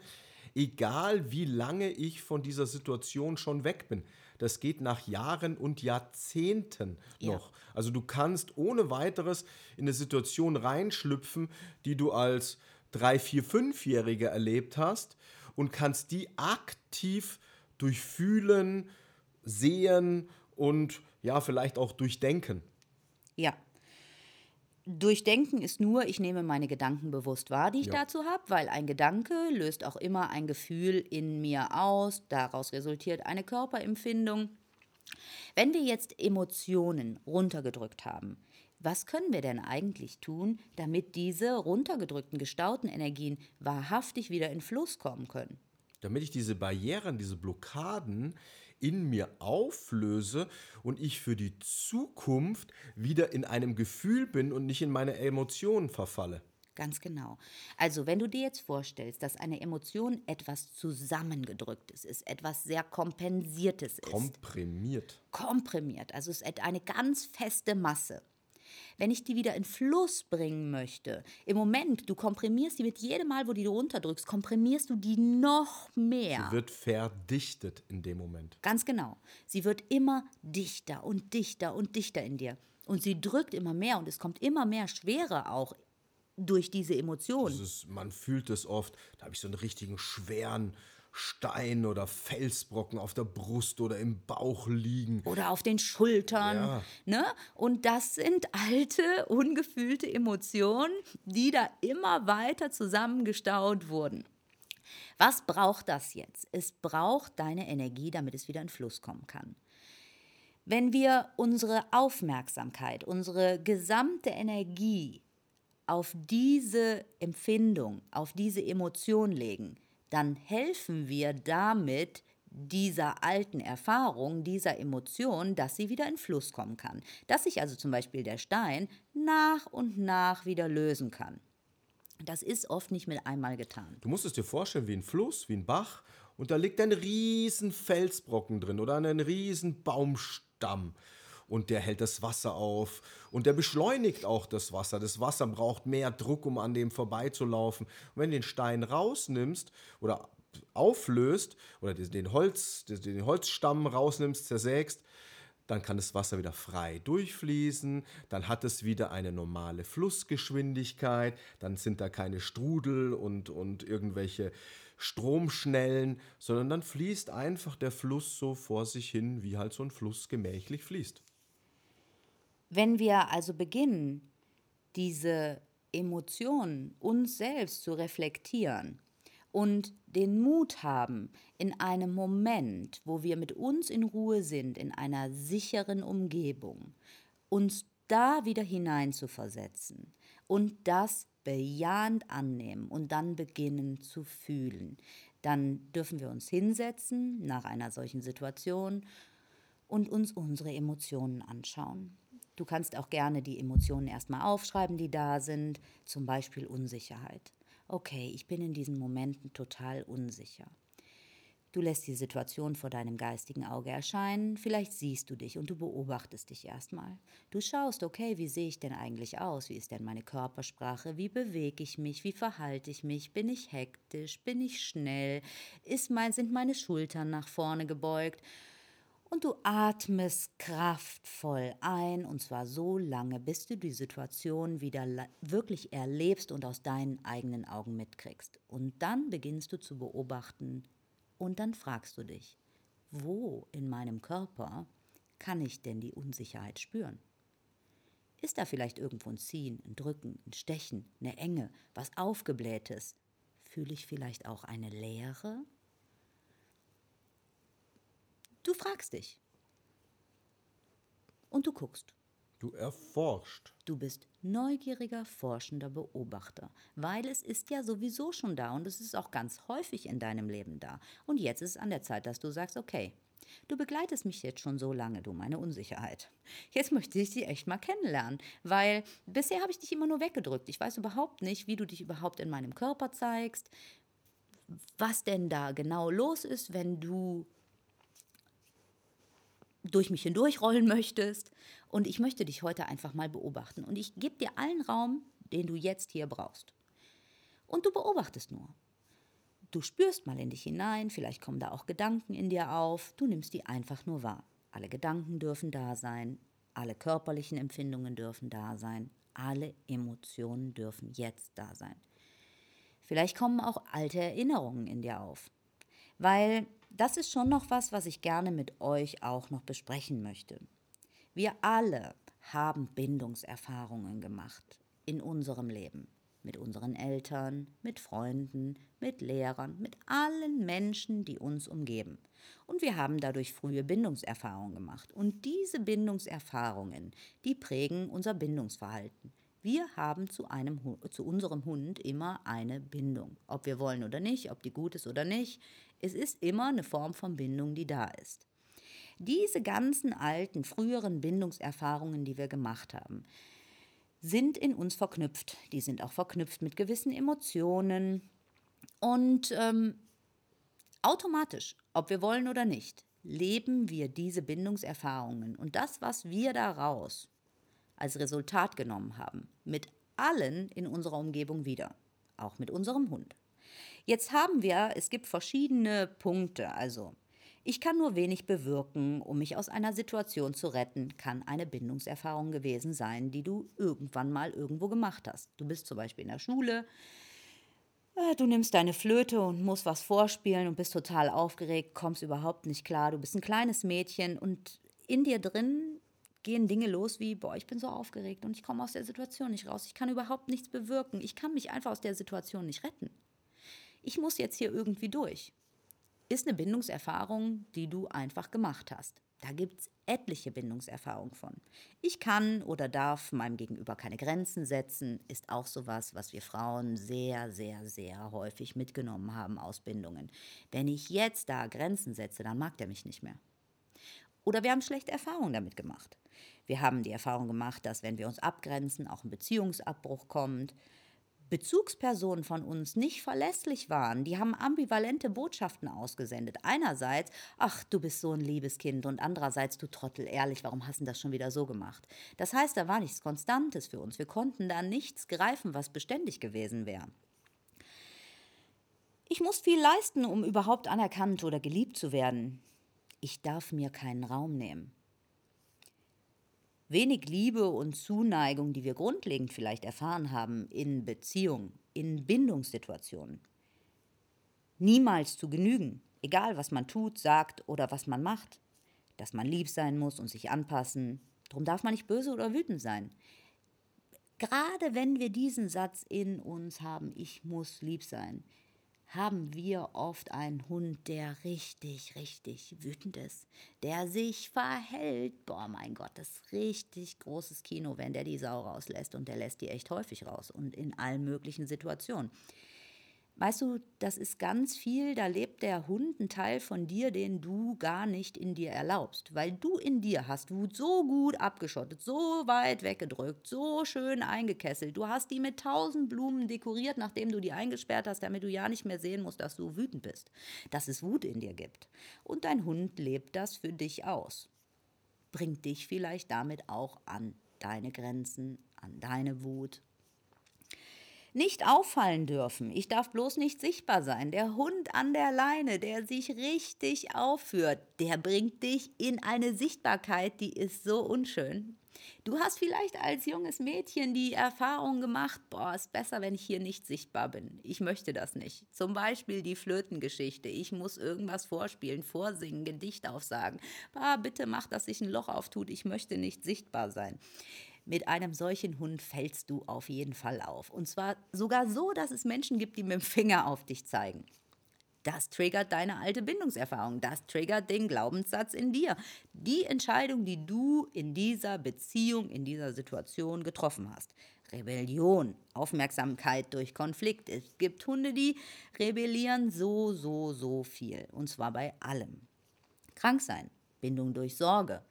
egal wie lange ich von dieser Situation schon weg bin. Das geht nach Jahren und Jahrzehnten Ja. noch. Also du kannst ohne weiteres in eine Situation reinschlüpfen, die du als drei, vier, fünfjährige erlebt hast und kannst die aktiv durchfühlen, sehen und ja, vielleicht auch durchdenken. Ja. Durchdenken ist nur, ich nehme meine Gedanken bewusst wahr, die ich Ja. dazu habe, weil ein Gedanke löst auch immer ein Gefühl in mir aus. Daraus resultiert eine Körperempfindung. Wenn wir jetzt Emotionen runtergedrückt haben, was können wir denn eigentlich tun, damit diese runtergedrückten, gestauten Energien wahrhaftig wieder in Fluss kommen können? Damit ich diese Barrieren, diese Blockaden in mir auflöse und ich für die Zukunft wieder in einem Gefühl bin und nicht in meine Emotionen verfalle. Ganz genau. Also, wenn du dir jetzt vorstellst, dass eine Emotion etwas zusammengedrücktes ist, etwas sehr kompensiertes ist, Komprimiert. komprimiert, also es ist eine ganz feste Masse. Wenn ich die wieder in Fluss bringen möchte, im Moment, du komprimierst die mit jedem Mal, wo du die runterdrückst, komprimierst du die noch mehr. Sie wird verdichtet in dem Moment. Ganz genau. Sie wird immer dichter und dichter und dichter in dir. Und sie drückt immer mehr und es kommt immer mehr Schwere auch durch diese Emotionen. Dieses, man fühlt es oft, da habe ich so einen richtigen schweren Stein oder Felsbrocken auf der Brust oder im Bauch liegen. Oder auf den Schultern. Ja. Ne? Und das sind alte, ungefühlte Emotionen, die da immer weiter zusammengestaut wurden. Was braucht das jetzt? Es braucht deine Energie, damit es wieder in Fluss kommen kann. Wenn wir unsere Aufmerksamkeit, unsere gesamte Energie auf diese Empfindung, auf diese Emotion legen, dann helfen wir damit dieser alten Erfahrung, dieser Emotion, dass sie wieder in Fluss kommen kann. Dass sich also zum Beispiel der Stein nach und nach wieder lösen kann. Das ist oft nicht mit einmal getan. Du musst es dir vorstellen wie ein Fluss, wie ein Bach und da liegt ein riesen Felsbrocken drin oder ein riesen Baumstamm. Und der hält das Wasser auf und der beschleunigt auch das Wasser. Das Wasser braucht mehr Druck, um an dem vorbeizulaufen. Und wenn du den Stein rausnimmst oder auflöst oder den, Holz, den Holzstamm rausnimmst, zersägst, dann kann das Wasser wieder frei durchfließen, dann hat es wieder eine normale Flussgeschwindigkeit, dann sind da keine Strudel und, und irgendwelche Stromschnellen, sondern dann fließt einfach der Fluss so vor sich hin, wie halt so ein Fluss gemächlich fließt. Wenn wir also beginnen, diese Emotionen uns selbst zu reflektieren und den Mut haben, in einem Moment, wo wir mit uns in Ruhe sind, in einer sicheren Umgebung, uns da wieder hineinzuversetzen und das bejahend annehmen und dann beginnen zu fühlen, dann dürfen wir uns hinsetzen nach einer solchen Situation und uns unsere Emotionen anschauen. Du kannst auch gerne die Emotionen erstmal aufschreiben, die da sind, zum Beispiel Unsicherheit. Okay, ich bin in diesen Momenten total unsicher. Du lässt die Situation vor deinem geistigen Auge erscheinen, vielleicht siehst du dich und du beobachtest dich erstmal. Du schaust, okay, wie sehe ich denn eigentlich aus? Wie ist denn meine Körpersprache? Wie bewege ich mich? Wie verhalte ich mich? Bin ich hektisch? Bin ich schnell? Ist mein, sind meine Schultern nach vorne gebeugt? Und du atmest kraftvoll ein, und zwar so lange, bis du die Situation wieder wirklich erlebst und aus deinen eigenen Augen mitkriegst. Und dann beginnst du zu beobachten und dann fragst du dich, wo in meinem Körper kann ich denn die Unsicherheit spüren? Ist da vielleicht irgendwo ein Ziehen, ein Drücken, ein Stechen, eine Enge, was Aufgeblähtes? Fühle ich vielleicht auch eine Leere? Du fragst dich. Und du guckst. Du erforscht. Du bist neugieriger, forschender Beobachter, weil es ist ja sowieso schon da und es ist auch ganz häufig in deinem Leben da. Und jetzt ist es an der Zeit, dass du sagst, okay, du begleitest mich jetzt schon so lange, du, meine Unsicherheit. Jetzt möchte ich dich echt mal kennenlernen, weil bisher habe ich dich immer nur weggedrückt. Ich weiß überhaupt nicht, wie du dich überhaupt in meinem Körper zeigst, was denn da genau los ist, wenn du durch mich hindurchrollen möchtest. Und ich möchte dich heute einfach mal beobachten. Und ich gebe dir allen Raum, den du jetzt hier brauchst. Und du beobachtest nur. Du spürst mal in dich hinein, vielleicht kommen da auch Gedanken in dir auf. Du nimmst die einfach nur wahr. Alle Gedanken dürfen da sein, alle körperlichen Empfindungen dürfen da sein, alle Emotionen dürfen jetzt da sein. Vielleicht kommen auch alte Erinnerungen in dir auf. Weil das ist schon noch was, was ich gerne mit euch auch noch besprechen möchte. Wir alle haben Bindungserfahrungen gemacht in unserem Leben. Mit unseren Eltern, mit Freunden, mit Lehrern, mit allen Menschen, die uns umgeben. Und wir haben dadurch frühe Bindungserfahrungen gemacht. Und diese Bindungserfahrungen, die prägen unser Bindungsverhalten. Wir haben zu, einem, zu unserem Hund immer eine Bindung. Ob wir wollen oder nicht, ob die gut ist oder nicht. Es ist immer eine Form von Bindung, die da ist. Diese ganzen alten, früheren Bindungserfahrungen, die wir gemacht haben, sind in uns verknüpft. Die sind auch verknüpft mit gewissen Emotionen und ähm, automatisch, ob wir wollen oder nicht, leben wir diese Bindungserfahrungen und das, was wir daraus als Resultat genommen haben, mit allen in unserer Umgebung wieder, auch mit unserem Hund. Jetzt haben wir, es gibt verschiedene Punkte, also ich kann nur wenig bewirken, um mich aus einer Situation zu retten, kann eine Bindungserfahrung gewesen sein, die du irgendwann mal irgendwo gemacht hast. Du bist zum Beispiel in der Schule, äh, du nimmst deine Flöte und musst was vorspielen und bist total aufgeregt, kommst überhaupt nicht klar, du bist ein kleines Mädchen und in dir drin gehen Dinge los wie, boah, ich bin so aufgeregt und ich komme aus der Situation nicht raus, ich kann überhaupt nichts bewirken, ich kann mich einfach aus der Situation nicht retten. Ich muss jetzt hier irgendwie durch. Ist eine Bindungserfahrung, die du einfach gemacht hast. Da gibt es etliche Bindungserfahrungen von. Ich kann oder darf meinem Gegenüber keine Grenzen setzen, ist auch sowas, was wir Frauen sehr, sehr, sehr häufig mitgenommen haben aus Bindungen. Wenn ich jetzt da Grenzen setze, dann mag der mich nicht mehr. Oder wir haben schlechte Erfahrungen damit gemacht. Wir haben die Erfahrung gemacht, dass wenn wir uns abgrenzen, auch ein Beziehungsabbruch kommt. Bezugspersonen von uns nicht verlässlich waren, die haben ambivalente Botschaften ausgesendet. Einerseits, ach, du bist so ein liebes Kind und andererseits, du Trottel, ehrlich, warum hast du das schon wieder so gemacht? Das heißt, da war nichts Konstantes für uns. Wir konnten da nichts greifen, was beständig gewesen wäre. Ich muss viel leisten, um überhaupt anerkannt oder geliebt zu werden. Ich darf mir keinen Raum nehmen. Wenig Liebe und Zuneigung, die wir grundlegend vielleicht erfahren haben in Beziehungen, in Bindungssituationen. Niemals zu genügen, egal was man tut, sagt oder was man macht. Dass man lieb sein muss und sich anpassen. Darum darf man nicht böse oder wütend sein. Gerade wenn wir diesen Satz in uns haben, ich muss lieb sein, haben wir oft einen Hund, der richtig, richtig wütend ist, der sich verhält. Boah, mein Gott, das ist richtig großes Kino, wenn der die Sau rauslässt und der lässt die echt häufig raus und in allen möglichen Situationen. Weißt du, das ist ganz viel, da lebt der Hund einen Teil von dir, den du gar nicht in dir erlaubst, weil du in dir hast Wut so gut abgeschottet, so weit weggedrückt, so schön eingekesselt. Du hast die mit tausend Blumen dekoriert, nachdem du die eingesperrt hast, damit du ja nicht mehr sehen musst, dass du wütend bist, dass es Wut in dir gibt. Und dein Hund lebt das für dich aus, bringt dich vielleicht damit auch an deine Grenzen, an deine Wut. Nicht auffallen dürfen. Ich darf bloß nicht sichtbar sein. Der Hund an der Leine, der sich richtig aufführt, der bringt dich in eine Sichtbarkeit, die ist so unschön. Du hast vielleicht als junges Mädchen die Erfahrung gemacht, boah, ist besser, wenn ich hier nicht sichtbar bin. Ich möchte das nicht. Zum Beispiel die Flötengeschichte. Ich muss irgendwas vorspielen, vorsingen, Gedicht aufsagen. Ah, bitte mach, dass sich ein Loch auftut. Ich möchte nicht sichtbar sein. Mit einem solchen Hund fällst du auf jeden Fall auf. Und zwar sogar so, dass es Menschen gibt, die mit dem Finger auf dich zeigen. Das triggert deine alte Bindungserfahrung. Das triggert den Glaubenssatz in dir. Die Entscheidung, die du in dieser Beziehung, in dieser Situation getroffen hast. Rebellion, Aufmerksamkeit durch Konflikt. Es gibt Hunde, die rebellieren so, so, so viel. Und zwar bei allem. Krank sein, Bindung durch Sorge.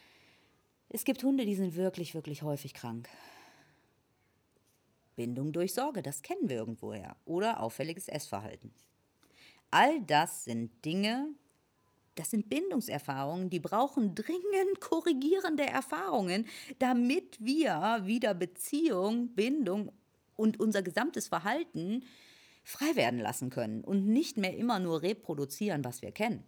Es gibt Hunde, die sind wirklich, wirklich häufig krank. Bindung durch Sorge, das kennen wir irgendwoher. Oder auffälliges Essverhalten. All das sind Dinge, das sind Bindungserfahrungen, die brauchen dringend korrigierende Erfahrungen, damit wir wieder Beziehung, Bindung und unser gesamtes Verhalten frei werden lassen können und nicht mehr immer nur reproduzieren, was wir kennen.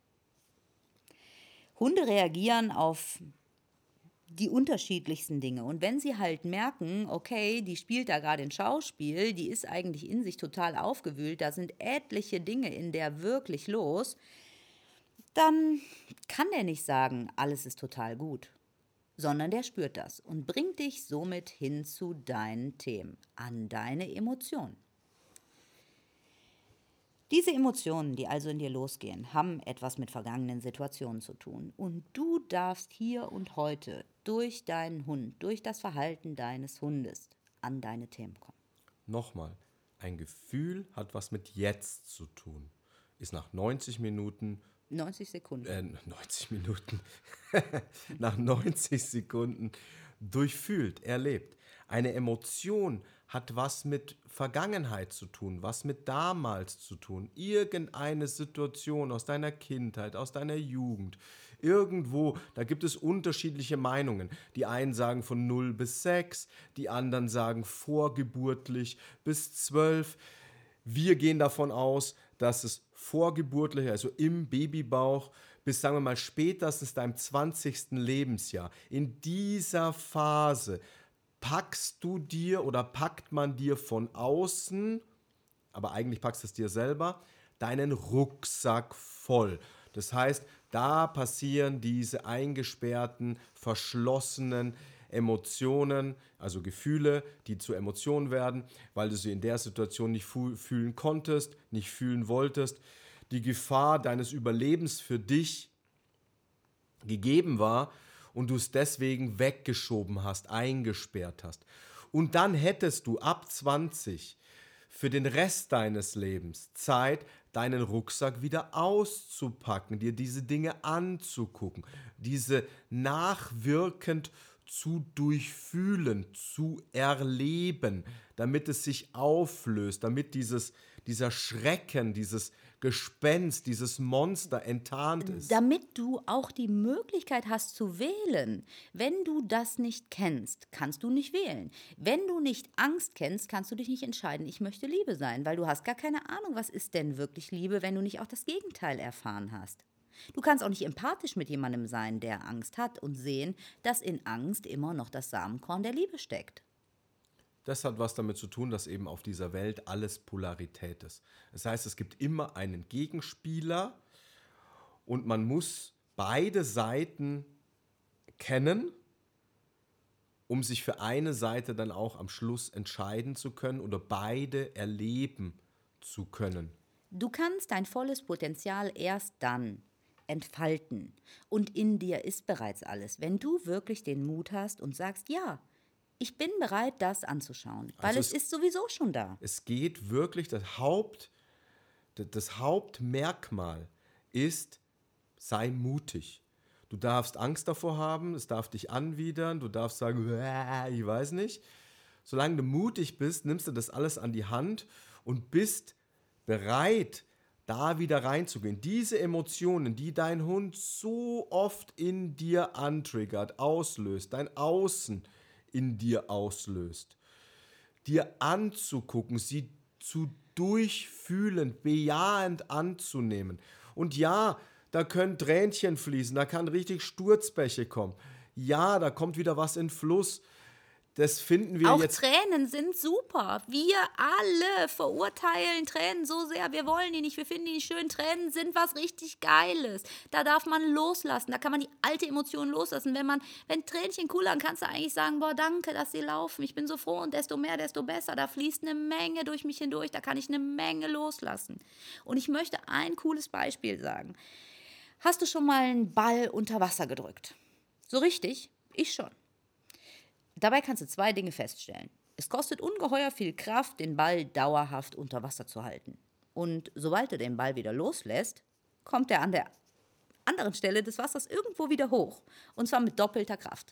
Hunde reagieren auf die unterschiedlichsten Dinge. Und wenn sie halt merken, okay, die spielt da gerade ein Schauspiel, die ist eigentlich in sich total aufgewühlt, da sind etliche Dinge in der wirklich los, dann kann der nicht sagen, alles ist total gut. sondern der spürt das und bringt dich somit hin zu deinen Themen, an deine Emotionen. Diese Emotionen, die also in dir losgehen, haben etwas mit vergangenen Situationen zu tun. Und du darfst hier und heute durch deinen Hund, durch das Verhalten deines Hundes an deine Themen kommen. Nochmal, ein Gefühl hat was mit jetzt zu tun. Ist nach neunzig Minuten, neunzig Sekunden. äh, neunzig Minuten, nach neunzig Sekunden durchfühlt, erlebt. Eine Emotion hat was mit Vergangenheit zu tun, was mit damals zu tun. Irgendeine Situation aus deiner Kindheit, aus deiner Jugend. Irgendwo, da gibt es unterschiedliche Meinungen. Die einen sagen von null bis sechs, die anderen sagen vorgeburtlich bis zwölf. Wir gehen davon aus, dass es vorgeburtlich, also im Babybauch, bis, sagen wir mal, spätestens deinem zwanzigsten Lebensjahr, in dieser Phase packst du dir oder packt man dir von außen, aber eigentlich packst du es dir selber, deinen Rucksack voll. Das heißt, da passieren diese eingesperrten, verschlossenen Emotionen, also Gefühle, die zu Emotionen werden, weil du sie in der Situation nicht fu- fühlen konntest, nicht fühlen wolltest. Die Gefahr deines Überlebens für dich gegeben war und du es deswegen weggeschoben hast, eingesperrt hast. Und dann hättest du ab zwanzig für den Rest deines Lebens Zeit, deinen Rucksack wieder auszupacken, dir diese Dinge anzugucken, diese nachwirkend zu durchfühlen, zu erleben, damit es sich auflöst, damit dieses, dieser Schrecken, dieses Gespenst, dieses Monster enttarnt ist. Damit du auch die Möglichkeit hast zu wählen. Wenn du das nicht kennst, kannst du nicht wählen. Wenn du nicht Angst kennst, kannst du dich nicht entscheiden, ich möchte Liebe sein, weil du hast gar keine Ahnung, was ist denn wirklich Liebe, wenn du nicht auch das Gegenteil erfahren hast. Du kannst auch nicht empathisch mit jemandem sein, der Angst hat und sehen, dass in Angst immer noch das Samenkorn der Liebe steckt. Das hat was damit zu tun, dass eben auf dieser Welt alles Polarität ist. Das heißt, es gibt immer einen Gegenspieler und man muss beide Seiten kennen, um sich für eine Seite dann auch am Schluss entscheiden zu können oder beide erleben zu können. Du kannst dein volles Potenzial erst dann entfalten. Und in dir ist bereits alles, wenn du wirklich den Mut hast und sagst, ja, ich bin bereit, das anzuschauen, weil Also es, es- ist sowieso schon da. Es geht wirklich, das Haupt, das Hauptmerkmal ist, sei mutig. Du darfst Angst davor haben, es darf dich anwidern, du darfst sagen, "Uah, ich weiß nicht." Solange du mutig bist, nimmst du das alles an die Hand und bist bereit, da wieder reinzugehen. Diese Emotionen, die dein Hund so oft in dir antriggert, auslöst, dein Außen in dir auslöst, dir anzugucken, sie zu durchfühlen, bejahend anzunehmen. Und ja, da können Tränchen fließen, da kann richtig Sturzbäche kommen. Ja, da kommt wieder was in Fluss. Das finden wir Auch jetzt. Tränen sind super. Wir alle verurteilen Tränen so sehr. Wir wollen die nicht, wir finden die nicht schön. Tränen sind was richtig Geiles. Da darf man loslassen, da kann man die alte Emotion loslassen. Wenn man, wenn Tränchen kullern, kannst du eigentlich sagen, boah, danke, dass sie laufen. Ich bin so froh und desto mehr, desto besser. Da fließt eine Menge durch mich hindurch, da kann ich eine Menge loslassen. Und ich möchte ein cooles Beispiel sagen. Hast du schon mal einen Ball unter Wasser gedrückt? So richtig? Ich schon. Dabei kannst du zwei Dinge feststellen. Es kostet ungeheuer viel Kraft, den Ball dauerhaft unter Wasser zu halten. Und sobald du den Ball wieder loslässt, kommt er an der anderen Stelle des Wassers irgendwo wieder hoch. Und zwar mit doppelter Kraft.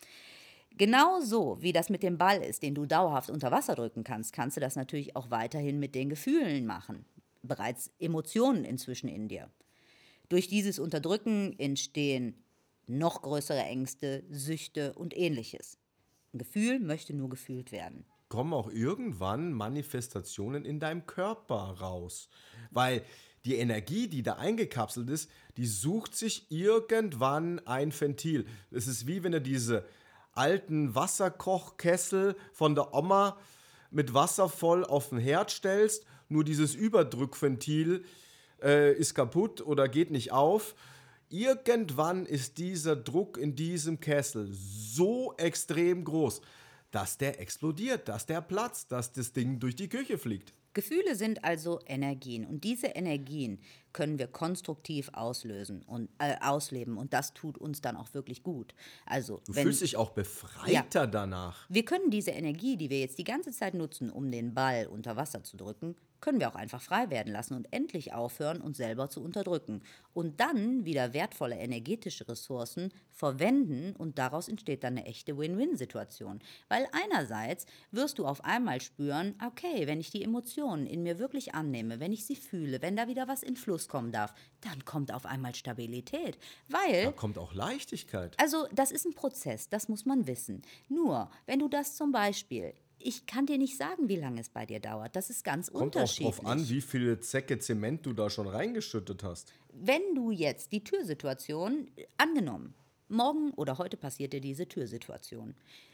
Genauso wie das mit dem Ball ist, den du dauerhaft unter Wasser drücken kannst, kannst du das natürlich auch weiterhin mit den Gefühlen machen. Bereits Emotionen inzwischen in dir. Durch dieses Unterdrücken entstehen noch größere Ängste, Süchte und Ähnliches. Ein Gefühl möchte nur gefühlt werden. Kommen auch irgendwann Manifestationen in deinem Körper raus. Weil die Energie, die da eingekapselt ist, die sucht sich irgendwann ein Ventil. Es ist wie wenn du diese alten Wasserkochkessel von der Oma mit Wasser voll auf den Herd stellst, nur dieses Überdrückventil äh, ist kaputt oder geht nicht auf. irgendwann ist dieser Druck in diesem Kessel so extrem groß, dass der explodiert, dass der platzt, dass das Ding durch die Küche fliegt. Gefühle sind also Energien und diese Energien können wir konstruktiv auslösen und äh, ausleben und das tut uns dann auch wirklich gut. Also Du wenn fühlst dich auch befreiter Ja. danach. wir können diese Energie, die wir jetzt die ganze Zeit nutzen, um den Ball unter Wasser zu drücken, können wir auch einfach frei werden lassen und endlich aufhören, uns selber zu unterdrücken. Und dann wieder wertvolle energetische Ressourcen verwenden und daraus entsteht dann eine echte Win-Win-Situation. Weil einerseits wirst du auf einmal spüren, okay, wenn ich die Emotionen in mir wirklich annehme, wenn ich sie fühle, wenn da wieder was in Fluss kommen darf, dann kommt auf einmal Stabilität. Weil Da kommt auch Leichtigkeit. also, das ist ein Prozess, das muss man wissen. Nur, wenn du das zum Beispiel, ich kann dir nicht sagen, wie lange es bei dir dauert, das ist ganz Kommt auch unterschiedlich. drauf an, wie viele Säcke Zement du da schon reingeschüttet hast. Wenn du jetzt die Türsituation, äh, angenommen, morgen oder heute passiert dir diese Türsituation.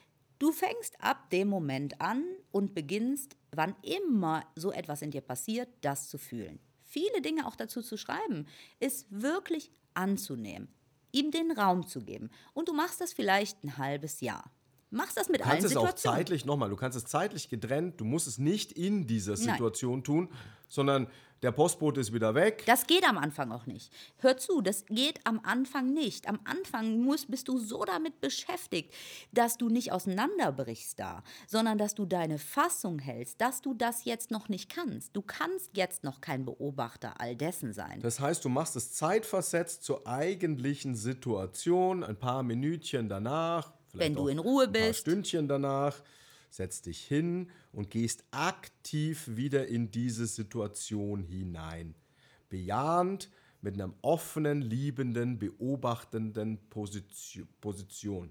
Du fängst ab dem Moment an und beginnst, wann immer so etwas in dir passiert, das zu fühlen. Viele Dinge auch dazu zu schreiben, ist wirklich anzunehmen, ihm den Raum zu geben. Und du machst das vielleicht ein halbes Jahr. Machst das mit Du allen kannst es auch Situationen. zeitlich, nochmal, du kannst es zeitlich getrennt, du musst es nicht in dieser Nein. Situation tun, sondern der Postbote ist wieder weg. Das geht am Anfang auch nicht. Hör zu, das geht am Anfang nicht. Am Anfang musst, bist du so damit beschäftigt, dass du nicht auseinanderbrichst da, sondern dass du deine Fassung hältst, dass du das jetzt noch nicht kannst. Du kannst jetzt noch kein Beobachter all dessen sein. Das heißt, du machst es zeitversetzt zur eigentlichen Situation, ein paar Minütchen danach, vielleicht Wenn du auch in Ruhe ein paar bist. Stündchen danach, setzt dich hin und gehst aktiv wieder in diese Situation hinein. Bejahend, mit einer offenen, liebenden, beobachtenden Position. Position.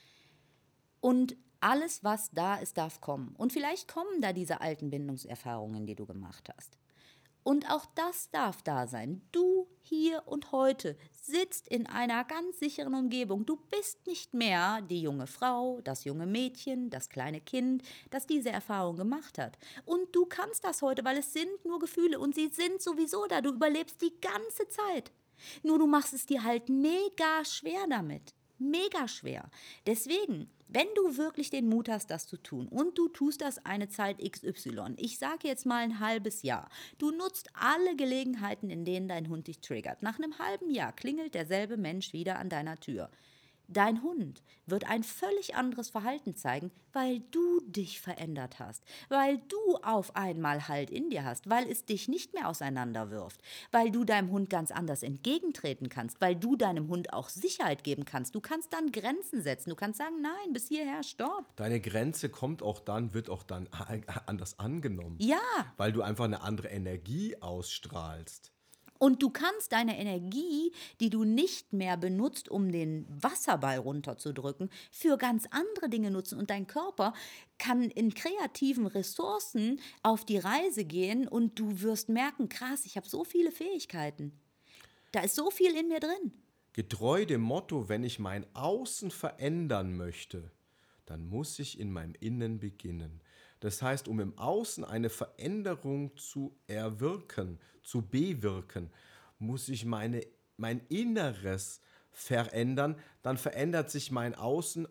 Und alles, was da ist, darf kommen. Und vielleicht kommen da diese alten Bindungserfahrungen, die du gemacht hast. Und auch das darf da sein. Du hier und heute sitzt in einer ganz sicheren Umgebung. Du bist nicht mehr die junge Frau, das junge Mädchen, das kleine Kind, das diese Erfahrung gemacht hat. Und du kannst das heute, weil es sind nur Gefühle und sie sind sowieso da. Du überlebst die ganze Zeit. Nur du machst es dir halt mega schwer damit. Mega schwer. Deswegen, wenn du wirklich den Mut hast, das zu tun und du tust das eine Zeit X Y, ich sage jetzt mal ein halbes Jahr, du nutzt alle Gelegenheiten, in denen dein Hund dich triggert. Nach einem halben Jahr klingelt derselbe Mensch wieder an deiner Tür. Dein Hund wird ein völlig anderes Verhalten zeigen, weil du dich verändert hast, weil du auf einmal Halt in dir hast, weil es dich nicht mehr auseinanderwirft, weil du deinem Hund ganz anders entgegentreten kannst, weil du deinem Hund auch Sicherheit geben kannst. Du kannst dann Grenzen setzen, du kannst sagen, nein, bis hierher, stopp. Deine Grenze kommt auch dann, wird auch dann anders angenommen. Ja, Weil du einfach eine andere Energie ausstrahlst. und du kannst deine Energie, die du nicht mehr benutzt, um den Wasserball runterzudrücken, für ganz andere Dinge nutzen. Und dein Körper kann in kreativen Ressourcen auf die Reise gehen und du wirst merken, krass, ich habe so viele Fähigkeiten. Da ist so viel in mir drin. Getreu dem Motto, wenn ich mein Außen verändern möchte, dann muss ich in meinem Innen beginnen. Das heißt, um im Außen eine Veränderung zu erwirken, zu bewirken, muss ich meine, mein Inneres verändern, dann verändert sich mein Außen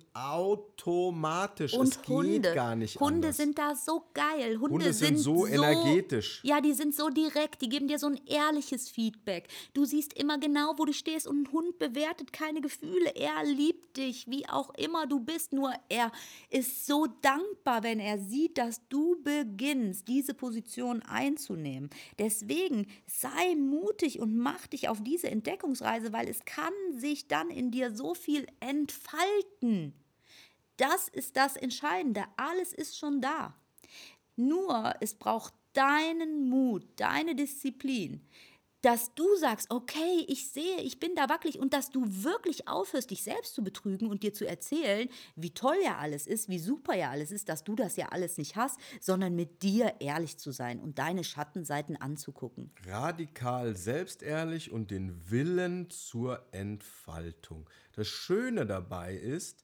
automatisch. Und es Hunde, geht gar nicht Hunde anders. sind da so geil. Hunde, Hunde sind so energetisch. Ja, die sind so direkt, die geben dir so ein ehrliches Feedback. Du siehst immer genau, wo du stehst und ein Hund bewertet keine Gefühle. Er liebt dich, wie auch immer du bist, nur er ist so dankbar, wenn er sieht, dass du beginnst, diese Position einzunehmen. Deswegen sei mutig und mach dich auf diese Entdeckungsreise, weil es kann sich dann in dir so viel entfalten. Das ist das Entscheidende. Alles ist schon da. Nur es braucht deinen Mut, deine Disziplin, dass du sagst, okay, ich sehe, ich bin da wackelig und dass du wirklich aufhörst, dich selbst zu betrügen und dir zu erzählen, wie toll ja alles ist, wie super ja alles ist, dass du das ja alles nicht hast, sondern mit dir ehrlich zu sein und deine Schattenseiten anzugucken. Radikal selbstehrlich und den Willen zur Entfaltung. Das Schöne dabei ist,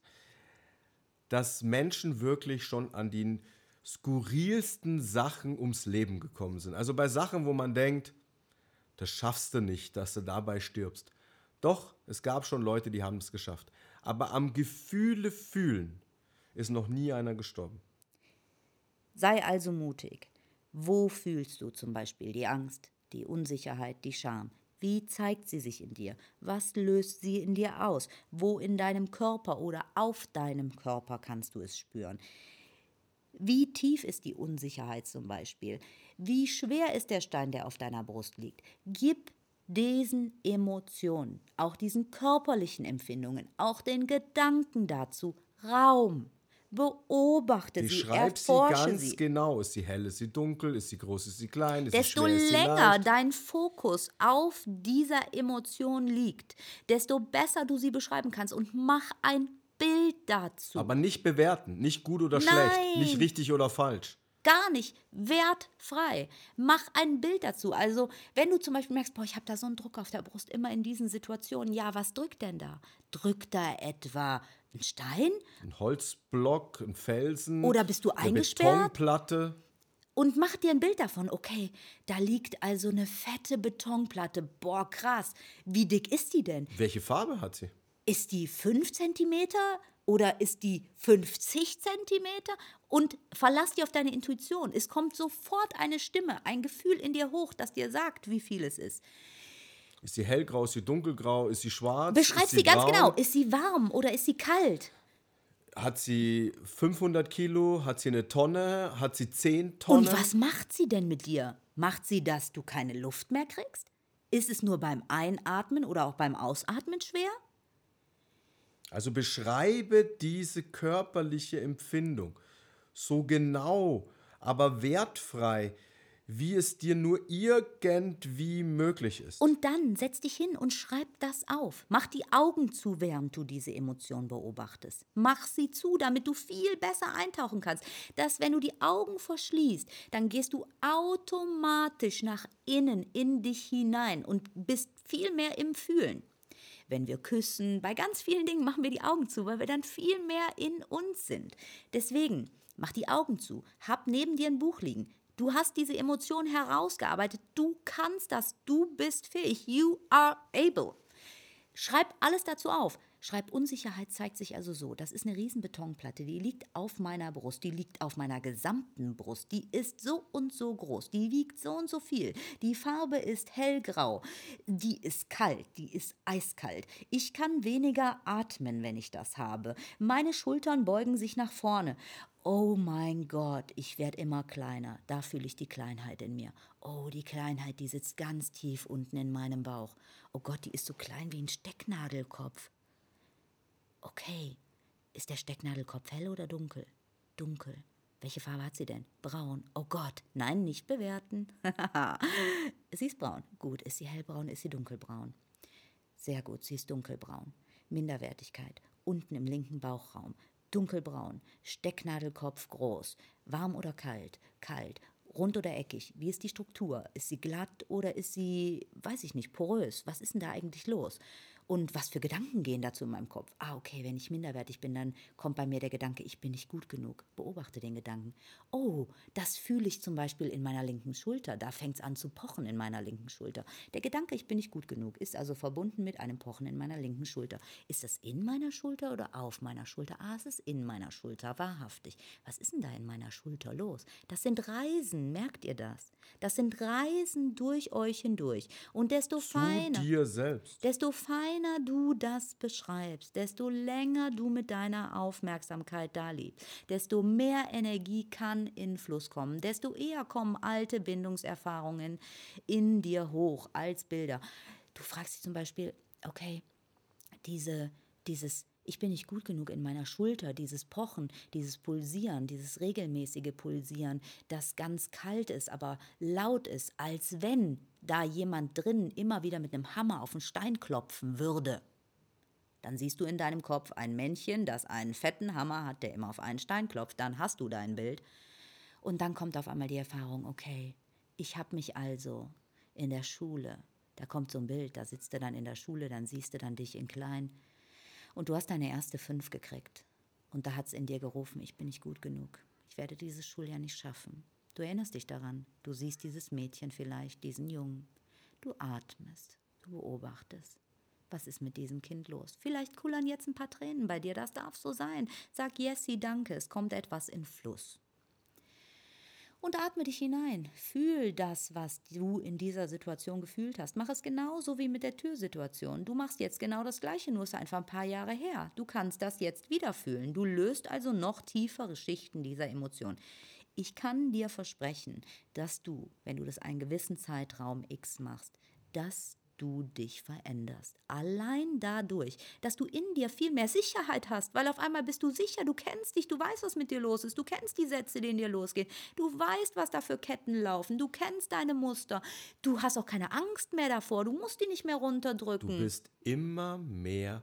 dass Menschen wirklich schon an die skurrilsten Sachen ums Leben gekommen sind. Also bei Sachen, wo man denkt, das schaffst du nicht, dass du dabei stirbst. Doch, es gab schon Leute, die haben es geschafft. Aber am Gefühle fühlen ist noch nie einer gestorben. Sei also mutig. Wo fühlst du zum Beispiel die Angst, die Unsicherheit, die Scham? Wie zeigt sie sich in dir? Was löst sie in dir aus? Wo in deinem Körper oder auf deinem Körper kannst du es spüren? Wie tief ist die Unsicherheit zum Beispiel? Wie schwer ist der Stein, der auf deiner Brust liegt? Gib diesen Emotionen, auch diesen körperlichen Empfindungen, auch den Gedanken dazu Raum. Beobachte sie, Beschreib sie erforsche ganz sie. genau. Ist sie hell, ist sie dunkel, ist sie groß, ist sie klein, ist sie Desto schwer, ist sie länger leicht? dein Fokus auf dieser Emotion liegt, desto besser du sie beschreiben kannst und mach ein Bild dazu. Aber nicht bewerten, nicht gut oder schlecht, nicht Nein. richtig oder falsch. Gar nicht wertfrei. Mach ein Bild dazu. Also, wenn du zum Beispiel merkst, boah, ich habe da so einen Druck auf der Brust, immer in diesen Situationen, ja, was drückt denn da? Drückt da etwa ein Stein? Ein Holzblock, ein Felsen, Oder bist du eine eingesperrt? Betonplatte. Und mach dir ein Bild davon. Okay, da liegt also eine fette Betonplatte. Boah, krass. Wie dick ist die denn? Welche Farbe hat sie? Ist die fünf Zentimeter oder ist die fünfzig Zentimeter? Und verlass dich auf deine Intuition. Es kommt sofort eine Stimme, ein Gefühl in dir hoch, das dir sagt, wie viel es ist. Ist sie hellgrau, ist sie dunkelgrau, ist sie schwarz? Beschreib ist sie ganz braun? genau. Ist sie warm oder ist sie kalt? Hat sie fünfhundert Kilo? Hat sie eine Tonne? Hat sie zehn Tonnen? Und was macht sie denn mit dir? Macht sie, dass du keine Luft mehr kriegst? Ist es nur beim Einatmen oder auch beim Ausatmen schwer? Also beschreibe diese körperliche Empfindung so genau, aber wertfrei, wie es dir nur irgendwie möglich ist. Und dann setz dich hin und schreib das auf. Mach die Augen zu, während du diese Emotion beobachtest. Mach sie zu, damit du viel besser eintauchen kannst. Dass, wenn du die Augen verschließt, dann gehst du automatisch nach innen, in dich hinein und bist viel mehr im Fühlen. Wenn wir küssen, bei ganz vielen Dingen machen wir die Augen zu, weil wir dann viel mehr in uns sind. Deswegen, mach die Augen zu, hab neben dir ein Buch liegen. Du hast diese Emotion herausgearbeitet. Du kannst das. Du bist fähig. You are able. Schreib alles dazu auf. Schreib, Unsicherheit zeigt sich also so. Das ist eine riesen Betonplatte. Die liegt auf meiner Brust. Die liegt auf meiner gesamten Brust. Die ist so und so groß. Die wiegt so und so viel. Die Farbe ist hellgrau. Die ist kalt. Die ist eiskalt. Ich kann weniger atmen, wenn ich das habe. Meine Schultern beugen sich nach vorne. Oh mein Gott, ich werde immer kleiner. Da fühle ich die Kleinheit in mir. Oh, die Kleinheit, die sitzt ganz tief unten in meinem Bauch. Oh Gott, die ist so klein wie ein Stecknadelkopf. Okay, ist der Stecknadelkopf hell oder dunkel? Dunkel. Welche Farbe hat sie denn? Braun. Oh Gott, nein, nicht bewerten. Sie ist braun. Gut, ist sie hellbraun, ist sie dunkelbraun? Sehr gut, sie ist dunkelbraun. Minderwertigkeit. Unten im linken Bauchraum. Dunkelbraun, Stecknadelkopf groß, warm oder kalt, kalt, rund oder eckig, wie ist die Struktur? Ist sie glatt oder ist sie, weiß ich nicht, porös? Was ist denn da eigentlich los? Und was für Gedanken gehen dazu in meinem Kopf? Ah, okay, wenn ich minderwertig bin, dann kommt bei mir der Gedanke, ich bin nicht gut genug. Beobachte den Gedanken. Oh, das fühle ich zum Beispiel in meiner linken Schulter. Da fängt es an zu pochen in meiner linken Schulter. Der Gedanke, ich bin nicht gut genug, ist also verbunden mit einem Pochen in meiner linken Schulter. Ist das in meiner Schulter oder auf meiner Schulter? Ah, es ist in meiner Schulter, wahrhaftig. Was ist denn da in meiner Schulter los? Das sind Reisen, merkt ihr das? Das sind Reisen durch euch hindurch. Und desto Zu feiner, dir selbst. desto feiner du das beschreibst, desto länger du mit deiner Aufmerksamkeit da lebst, desto mehr Energie kann in Fluss kommen, desto eher kommen alte Bindungserfahrungen in dir hoch als Bilder. Du fragst dich zum Beispiel, okay, diese, dieses ich bin nicht gut genug in meiner Schulter, dieses Pochen, dieses Pulsieren, dieses regelmäßige Pulsieren, das ganz kalt ist, aber laut ist, als wenn da jemand drin immer wieder mit einem Hammer auf den Stein klopfen würde. Dann siehst du in deinem Kopf ein Männchen, das einen fetten Hammer hat, der immer auf einen Stein klopft, dann hast du dein Bild. Und dann kommt auf einmal die Erfahrung, okay, ich habe mich also in der Schule, da kommt so ein Bild, da sitzt du dann in der Schule, dann siehst du dann dich in klein, und du hast deine erste Fünf gekriegt. Und da hat es in dir gerufen, ich bin nicht gut genug. Ich werde dieses Schuljahr nicht schaffen. Du erinnerst dich daran. Du siehst dieses Mädchen vielleicht, diesen Jungen. Du atmest, du beobachtest. Was ist mit diesem Kind los? Vielleicht kullern jetzt ein paar Tränen bei dir, das darf so sein. Sag Jessie, danke, es kommt etwas in Fluss. Und atme dich hinein. Fühl das, was du in dieser Situation gefühlt hast. Mach es genauso wie mit der Türsituation. Du machst jetzt genau das Gleiche, nur ist einfach ein paar Jahre her. Du kannst das jetzt wieder fühlen. Du löst also noch tiefere Schichten dieser Emotion. Ich kann dir versprechen, dass du, wenn du das einen gewissen Zeitraum X machst, dass du dich veränderst. Allein dadurch, dass du in dir viel mehr Sicherheit hast, weil auf einmal bist du sicher, du kennst dich, du weißt, was mit dir los ist, du kennst die Sätze, die in dir losgehen, du weißt, was da für Ketten laufen, du kennst deine Muster, du hast auch keine Angst mehr davor, du musst die nicht mehr runterdrücken. Du bist immer mehr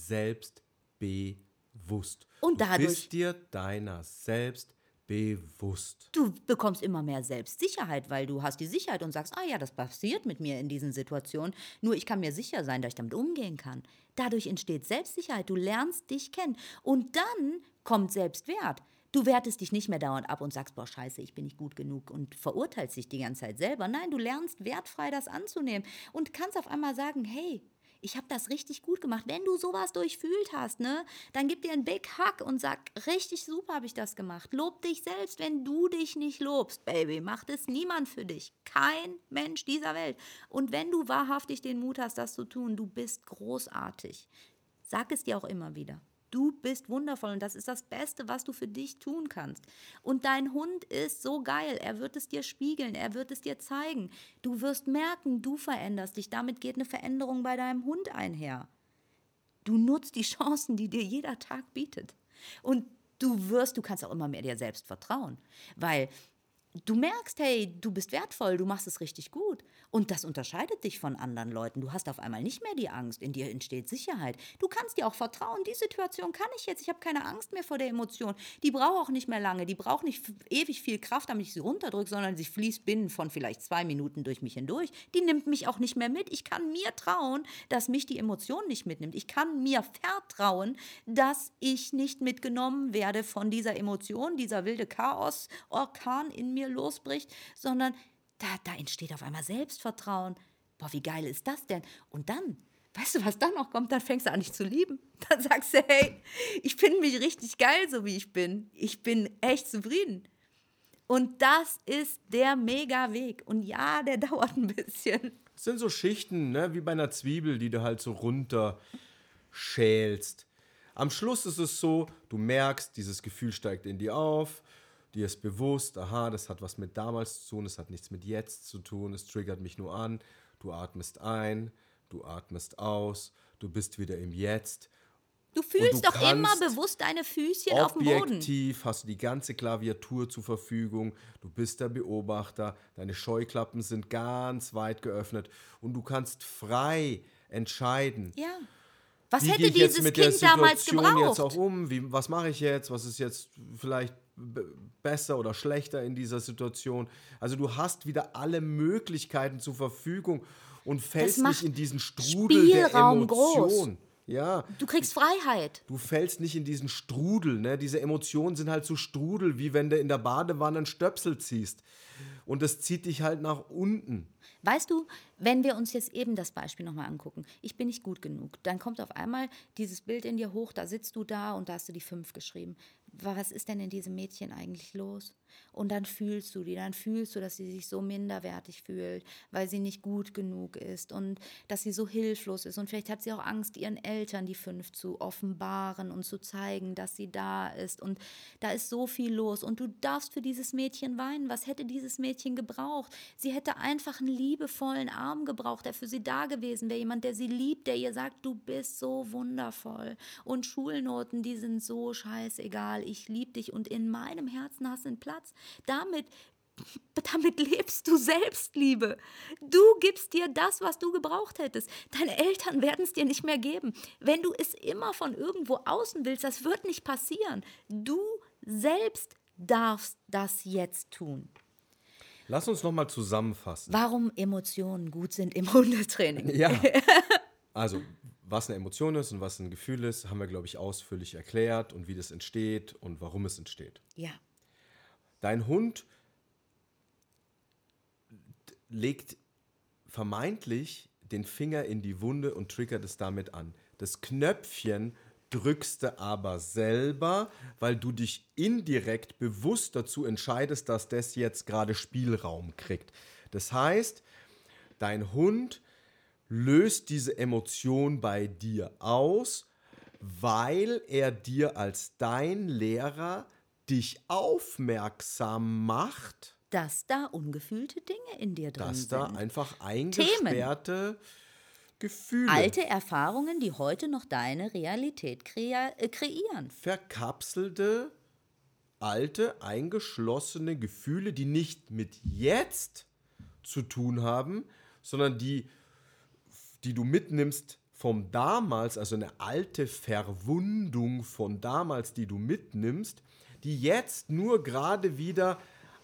selbstbewusst. Und du dadurch- bist dir deiner selbst bewusst. Du bekommst immer mehr Selbstsicherheit, weil du hast die Sicherheit und sagst, ah ja, das passiert mit mir in diesen Situationen, nur ich kann mir sicher sein, dass ich damit umgehen kann. Dadurch entsteht Selbstsicherheit, du lernst dich kennen und dann kommt Selbstwert. Du wertest dich nicht mehr dauernd ab und sagst, boah, scheiße, ich bin nicht gut genug und verurteilst dich die ganze Zeit selber. Nein, du lernst wertfrei das anzunehmen und kannst auf einmal sagen, hey, ich habe das richtig gut gemacht. Wenn du sowas durchfühlt hast, ne, dann gib dir einen Big Hug und sag, richtig super habe ich das gemacht. Lob dich selbst, wenn du dich nicht lobst, Baby. Macht es niemand für dich. Kein Mensch dieser Welt. Und wenn du wahrhaftig den Mut hast, das zu tun, du bist großartig. Sag es dir auch immer wieder. Du bist wundervoll und das ist das Beste, was du für dich tun kannst. Und dein Hund ist so geil, er wird es dir spiegeln, er wird es dir zeigen. Du wirst merken, du veränderst dich, damit geht eine Veränderung bei deinem Hund einher. Du nutzt die Chancen, die dir jeder Tag bietet. Und du wirst, du kannst auch immer mehr dir selbst vertrauen, weil du merkst, hey, du bist wertvoll, du machst es richtig gut. Und das unterscheidet dich von anderen Leuten. Du hast auf einmal nicht mehr die Angst, in dir entsteht Sicherheit. Du kannst dir auch vertrauen, die Situation kann ich jetzt. Ich habe keine Angst mehr vor der Emotion. Die braucht auch nicht mehr lange, die braucht nicht f- ewig viel Kraft, damit ich sie runterdrücke, sondern sie fließt binnen von vielleicht zwei Minuten durch mich hindurch. Die nimmt mich auch nicht mehr mit. Ich kann mir trauen, dass mich die Emotion nicht mitnimmt. Ich kann mir vertrauen, dass ich nicht mitgenommen werde von dieser Emotion, dieser wilde Chaos-Orkan in mir losbricht, sondern da, da entsteht auf einmal Selbstvertrauen. Boah, wie geil ist das denn? Und dann, weißt du, was dann noch kommt? Dann fängst du an, dich zu lieben. Dann sagst du, hey, ich finde mich richtig geil, so wie ich bin. Ich bin echt zufrieden. Und das ist der Mega-Weg. Und ja, der dauert ein bisschen. Es sind so Schichten, ne, wie bei einer Zwiebel, die du halt so runter schälst. Am Schluss ist es so, du merkst, dieses Gefühl steigt in dir auf, dir ist bewusst, aha, das hat was mit damals zu tun, das hat nichts mit jetzt zu tun, es triggert mich nur an. Du atmest ein, du atmest aus, du bist wieder im Jetzt. Du fühlst du doch immer kannst bewusst deine Füßchen auf dem Boden. Objektiv hast du die ganze Klaviatur zur Verfügung, du bist der Beobachter, deine Scheuklappen sind ganz weit geöffnet und du kannst frei entscheiden. Ja. Was Wie hätte gehe ich jetzt dieses mit der Kind damals Situation gebraucht? jetzt auch um? Wie, was mache ich jetzt? Was ist jetzt vielleicht b- besser oder schlechter in dieser Situation? Also du hast wieder alle Möglichkeiten zur Verfügung und fällst macht nicht in diesen Strudel der Spielraum groß. Emotion. Ja, Du kriegst Freiheit. du fällst nicht in diesen Strudel. Ne? Diese Emotionen sind halt so Strudel, wie wenn du in der Badewanne einen Stöpsel ziehst. Und das zieht dich halt nach unten. Weißt du, wenn wir uns jetzt eben das Beispiel nochmal angucken, ich bin nicht gut genug, dann kommt auf einmal dieses Bild in dir hoch, da sitzt du da und da hast du die fünf geschrieben. Was ist denn in diesem Mädchen eigentlich los? Und dann fühlst du die, dann fühlst du, dass sie sich so minderwertig fühlt, weil sie nicht gut genug ist und dass sie so hilflos ist. Und vielleicht hat sie auch Angst, ihren Eltern die fünf zu offenbaren und zu zeigen, dass sie da ist. Und da ist so viel los. Und du darfst für dieses Mädchen weinen. Was hätte dieses Mädchen gebraucht? Sie hätte einfach einen liebevollen Arm gebraucht, der für sie da gewesen wäre. Jemand, der sie liebt, der ihr sagt, du bist so wundervoll. Und Schulnoten, die sind so scheißegal. Ich liebe dich und in meinem Herzen hast du einen Platz. Damit, damit lebst du Selbstliebe. Du gibst dir das, was du gebraucht hättest. Deine Eltern werden es dir nicht mehr geben. Wenn du es immer von irgendwo außen willst, das wird nicht passieren. Du selbst darfst das jetzt tun. Lass uns nochmal zusammenfassen. Warum Emotionen gut sind im Hundetraining. Ja, also was eine Emotion ist und was ein Gefühl ist, haben wir, glaube ich, ausführlich erklärt und wie das entsteht und warum es entsteht. Ja. Dein Hund legt vermeintlich den Finger in die Wunde und triggert es damit an. Das Knöpfchen drückst du aber selber, weil du dich indirekt bewusst dazu entscheidest, dass das jetzt gerade Spielraum kriegt. Das heißt, dein Hund löst diese Emotion bei dir aus, weil er dir als dein Lehrer dich aufmerksam macht, dass da ungefühlte Dinge in dir drin dass sind. da einfach eingesperrte Gefühle, alte Erfahrungen, die heute noch deine Realität krea- äh, kreieren. verkapselte, alte, eingeschlossene Gefühle, die nicht mit jetzt zu tun haben, sondern die, die du mitnimmst vom damals, also eine alte Verwundung von damals, die du mitnimmst, die jetzt nur gerade wieder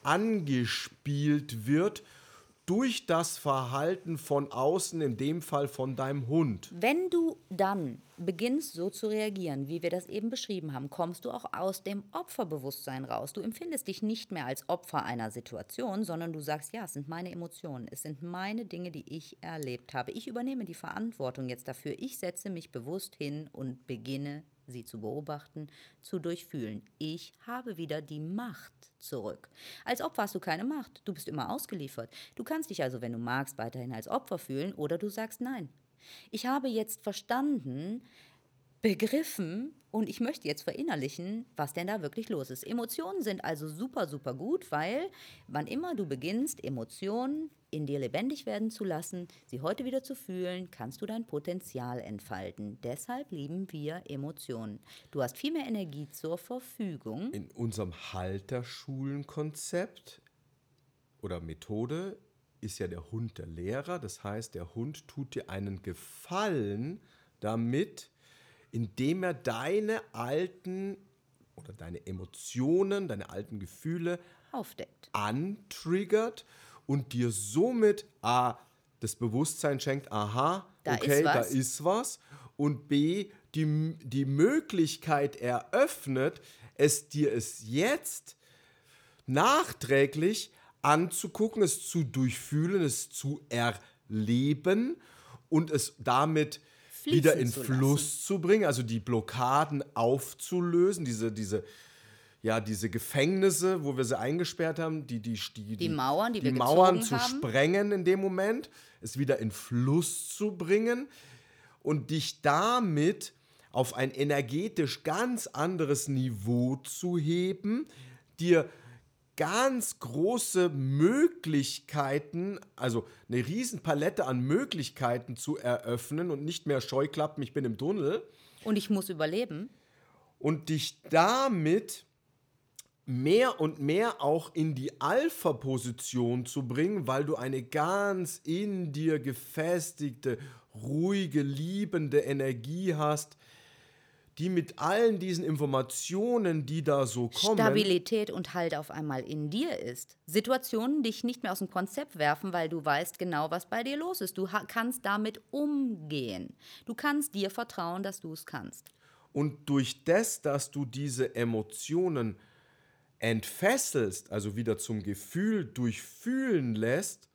angespielt wird durch das Verhalten von außen, in dem Fall von deinem Hund. Wenn du dann beginnst so zu reagieren, wie wir das eben beschrieben haben, kommst du auch aus dem Opferbewusstsein raus. Du empfindest dich nicht mehr als Opfer einer Situation, sondern du sagst, ja, es sind meine Emotionen, es sind meine Dinge, die ich erlebt habe. Ich übernehme die Verantwortung jetzt dafür. Ich setze mich bewusst hin und beginne, sie zu beobachten, zu durchfühlen. Ich habe wieder die Macht zurück. Als Opfer hast du keine Macht. Du bist immer ausgeliefert. Du kannst dich also, wenn du magst, weiterhin als Opfer fühlen oder du sagst nein. Ich habe jetzt verstanden, begriffen und ich möchte jetzt verinnerlichen, was denn da wirklich los ist. Emotionen sind also super, super gut, weil wann immer du beginnst, Emotionen in dir lebendig werden zu lassen, sie heute wieder zu fühlen, kannst du dein Potenzial entfalten. Deshalb lieben wir Emotionen. Du hast viel mehr Energie zur Verfügung. In unserem Halterschulenkonzept oder Methode ist ja der Hund der Lehrer. Das heißt, der Hund tut dir einen Gefallen damit, indem er deine alten oder deine Emotionen, deine alten Gefühle Aufdeckt. antriggert und dir somit A, das Bewusstsein schenkt, aha, Da okay, ist da was. ist was, und B, die, die Möglichkeit eröffnet, es dir es jetzt nachträglich anzugucken, es zu durchfühlen, es zu erleben und es damit Fließen wieder in zu Fluss lassen. zu bringen, also die Blockaden aufzulösen, diese, diese, ja, diese Gefängnisse, wo wir sie eingesperrt haben, die, die, die, Die Mauern, die die wir Mauern gezogen zu haben. sprengen in dem Moment, es wieder in Fluss zu bringen und dich damit auf ein energetisch ganz anderes Niveau zu heben, dir ganz große Möglichkeiten, also eine Riesenpalette an Möglichkeiten zu eröffnen und nicht mehr Scheuklappen, ich bin im Tunnel, Und ich muss überleben. und dich damit mehr und mehr auch in die Alpha-Position zu bringen, weil du eine ganz in dir gefestigte, ruhige, liebende Energie hast, die mit allen diesen Informationen, die da so kommen, Stabilität und Halt auf einmal in dir ist. Situationen dich nicht mehr aus dem Konzept werfen, weil du weißt genau, was bei dir los ist. Du ha- kannst damit umgehen. Du kannst dir vertrauen, dass du es kannst. und durch das, dass du diese Emotionen entfesselst, also wieder zum Gefühl durchfühlen lässt,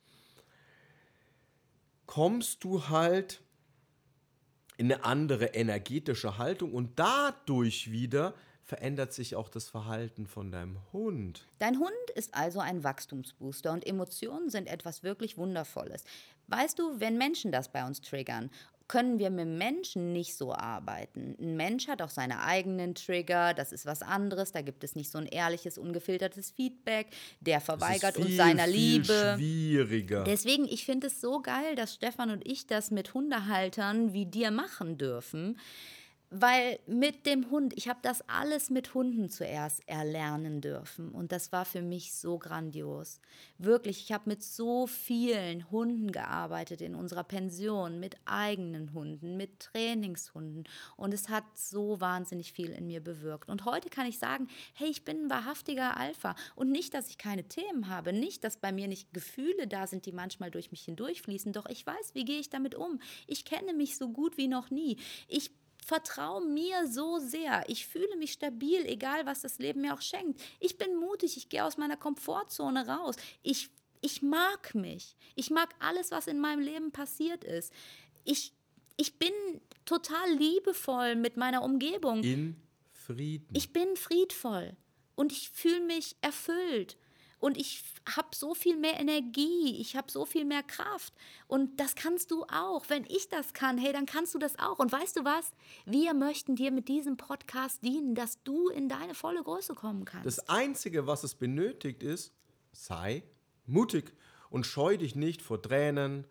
kommst du halt in eine andere energetische Haltung und dadurch wieder verändert sich auch das Verhalten von deinem Hund. Dein Hund ist also ein Wachstumsbooster und Emotionen sind etwas wirklich Wundervolles. Weißt du, wenn Menschen das bei uns triggern, können wir mit Menschen nicht so arbeiten. Ein Mensch hat auch seine eigenen Trigger, das ist was anderes, da gibt es nicht so ein ehrliches, ungefiltertes Feedback, der verweigert Es ist uns viel, seiner viel Liebe. schwieriger. Deswegen, ich finde es so geil, dass Stefan und ich das mit Hundehaltern wie dir machen dürfen. Weil mit dem Hund, ich habe das alles mit Hunden zuerst erlernen dürfen. Und das war für mich so grandios. Wirklich, ich habe mit so vielen Hunden gearbeitet in unserer Pension, mit eigenen Hunden, mit Trainingshunden. Und es hat so wahnsinnig viel in mir bewirkt. Und heute kann ich sagen, hey, ich bin ein wahrhaftiger Alpha. Und nicht, dass ich keine Themen habe, nicht, dass bei mir nicht Gefühle da sind, die manchmal durch mich hindurchfließen. Doch ich weiß, wie gehe ich damit um. Ich kenne mich so gut wie noch nie. Ich vertraue mir so sehr. Ich fühle mich stabil, egal was das Leben mir auch schenkt. Ich bin mutig, ich gehe aus meiner Komfortzone raus. Ich Ich mag mich. Ich mag alles, was in meinem Leben passiert ist. Ich, ich bin total liebevoll mit meiner Umgebung. In Frieden. Ich bin friedvoll und ich fühle mich erfüllt. Und ich habe so viel mehr Energie, ich habe so viel mehr Kraft. Und das kannst du auch. Wenn ich das kann, hey, dann kannst du das auch. Und weißt du was? Wir möchten dir mit diesem Podcast dienen, dass du in deine volle Größe kommen kannst. Das Einzige, was es benötigt ist, sei mutig und scheu dich nicht vor Tränen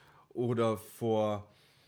oder vor,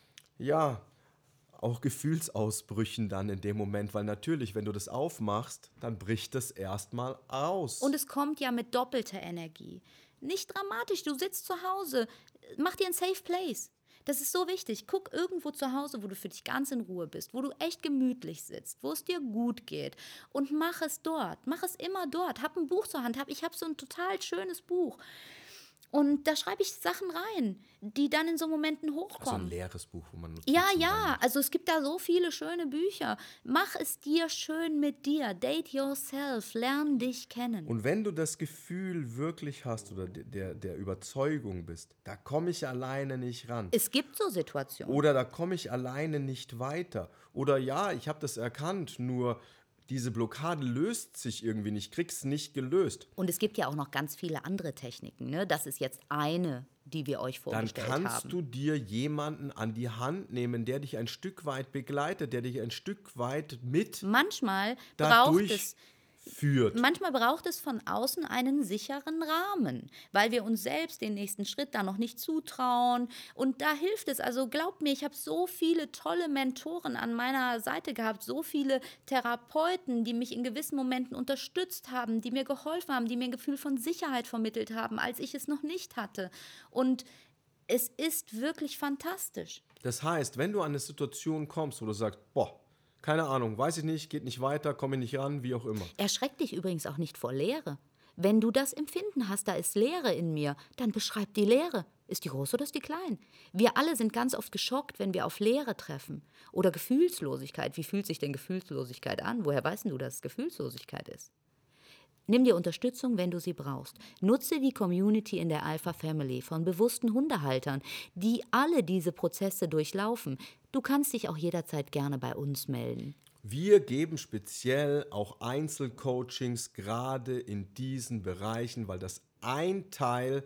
ja, auch Gefühlsausbrüchen dann in dem Moment, weil natürlich, wenn du das aufmachst, dann bricht das erstmal aus. Und es kommt ja mit doppelter Energie. Nicht dramatisch, du sitzt zu Hause, mach dir ein Safe Place. Das ist so wichtig. Guck irgendwo zu Hause, wo du für dich ganz in Ruhe bist, wo du echt gemütlich sitzt, wo es dir gut geht und mach es dort. Mach es immer dort. Hab ein Buch zur Hand. Hab, ich habe so ein total schönes Buch. Und da schreibe ich Sachen rein, die dann in so Momenten hochkommen. So ein leeres Buch, wo man Notizen Ja, ja, reinmacht. also es gibt da so viele schöne Bücher. Mach es dir schön mit dir. Date yourself. Lern dich kennen. Und wenn du das Gefühl wirklich hast oder der, der Überzeugung bist, da komme ich alleine nicht ran. Es gibt so Situationen. Oder da komme ich alleine nicht weiter. Oder ja, ich habe das erkannt, nur diese Blockade löst sich irgendwie nicht, krieg's nicht gelöst. Und es gibt ja auch noch ganz viele andere Techniken. Ne? Das ist jetzt eine, die wir euch Dann vorgestellt kannst haben. du dir jemanden an die Hand nehmen, der dich ein Stück weit begleitet, der dich ein Stück weit mit Manchmal braucht dadurch es führt. Manchmal braucht es von außen einen sicheren Rahmen, weil wir uns selbst den nächsten Schritt da noch nicht zutrauen. Und da hilft es. Also glaubt mir, ich habe so viele tolle Mentoren an meiner Seite gehabt, so viele Therapeuten, die mich in gewissen Momenten unterstützt haben, die mir geholfen haben, die mir ein Gefühl von Sicherheit vermittelt haben, als ich es noch nicht hatte. Und es ist wirklich fantastisch. Das heißt, wenn du an eine Situation kommst, wo du sagst, boah, keine Ahnung, weiß ich nicht, geht nicht weiter, komme ich nicht ran, wie auch immer. Erschreck dich übrigens auch nicht vor Leere. Wenn du das Empfinden hast, da ist Leere in mir, dann beschreib die Leere. Ist die groß oder ist die klein? Wir alle sind ganz oft geschockt, wenn wir auf Leere treffen. Oder Gefühlslosigkeit. Wie fühlt sich denn Gefühlslosigkeit an? Woher weißt du, dass es Gefühlslosigkeit ist? Nimm dir Unterstützung, wenn du sie brauchst. Nutze die Community in der Alpha Family von bewussten Hundehaltern, die alle diese Prozesse durchlaufen. Du kannst dich auch jederzeit gerne bei uns melden. Wir geben speziell auch Einzelcoachings gerade in diesen Bereichen, weil das ein Teil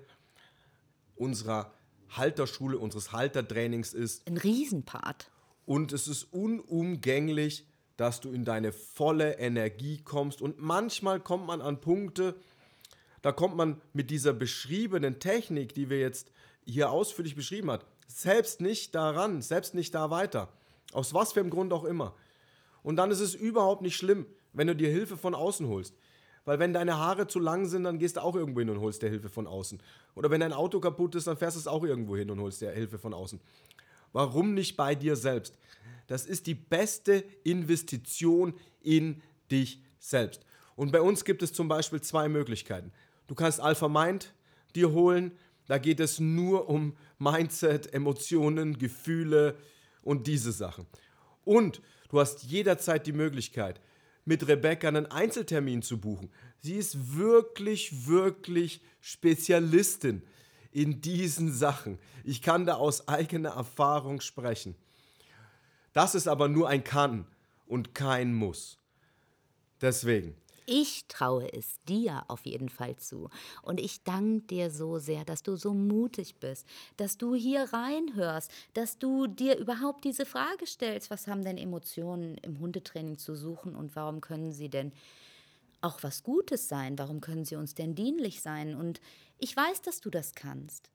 unserer Halterschule, unseres Haltertrainings ist. Ein Riesenpart. Und es ist unumgänglich, dass du in deine volle Energie kommst. Und manchmal kommt man an Punkte, da kommt man mit dieser beschriebenen Technik, die wir jetzt hier ausführlich beschrieben haben, selbst nicht daran, selbst nicht da weiter. Aus was für einem Grund auch immer. Und dann ist es überhaupt nicht schlimm, wenn du dir Hilfe von außen holst. Weil wenn deine Haare zu lang sind, dann gehst du auch irgendwo hin und holst dir Hilfe von außen. Oder wenn dein Auto kaputt ist, dann fährst du es auch irgendwo hin und holst dir Hilfe von außen. Warum nicht bei dir selbst? Das ist die beste Investition in dich selbst. Und bei uns gibt es zum Beispiel zwei Möglichkeiten. Du kannst Alpha Mind dir holen. Da geht es nur um Mindset, Emotionen, Gefühle und diese Sachen. Und du hast jederzeit die Möglichkeit, mit Rebecca einen Einzeltermin zu buchen. Sie ist wirklich, wirklich Spezialistin in diesen Sachen. Ich kann da aus eigener Erfahrung sprechen. Das ist aber nur ein Kann und kein Muss. Deswegen. Ich traue es dir auf jeden Fall zu. Und ich danke dir so sehr, dass du so mutig bist, dass du hier reinhörst, dass du dir überhaupt diese Frage stellst, was haben denn Emotionen im Hundetraining zu suchen und warum können sie denn auch was Gutes sein? Warum können sie uns denn dienlich sein? Und ich weiß, dass du das kannst.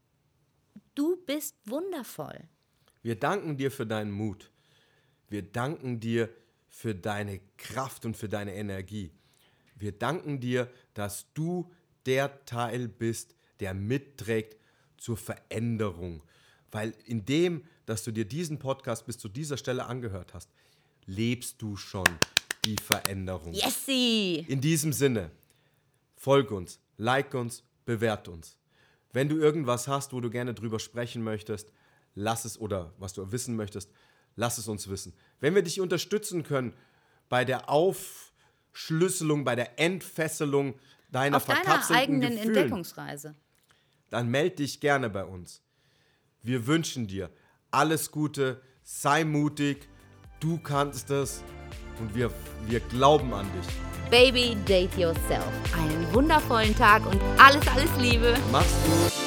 Du bist wundervoll. Wir danken dir für deinen Mut. Wir danken dir für deine Kraft und für deine Energie. Wir danken dir, dass du der Teil bist, der mitträgt zur Veränderung. Weil in dem, dass du dir diesen Podcast bis zu dieser Stelle angehört hast, lebst du schon die Veränderung. Yesy! In diesem Sinne, folg uns, like uns, bewert uns. Wenn du irgendwas hast, wo du gerne drüber sprechen möchtest, lass es, oder was du wissen möchtest, lass es uns wissen. Wenn wir dich unterstützen können bei der Aufschlüsselung, bei der Entfesselung deiner Auf deiner verkapselten eigenen Gefühlen, Entdeckungsreise. dann melde dich gerne bei uns. Wir wünschen dir alles Gute, sei mutig, du kannst es und wir, wir glauben an dich. Baby, date yourself. Einen wundervollen Tag und alles, alles Liebe. Mach's gut.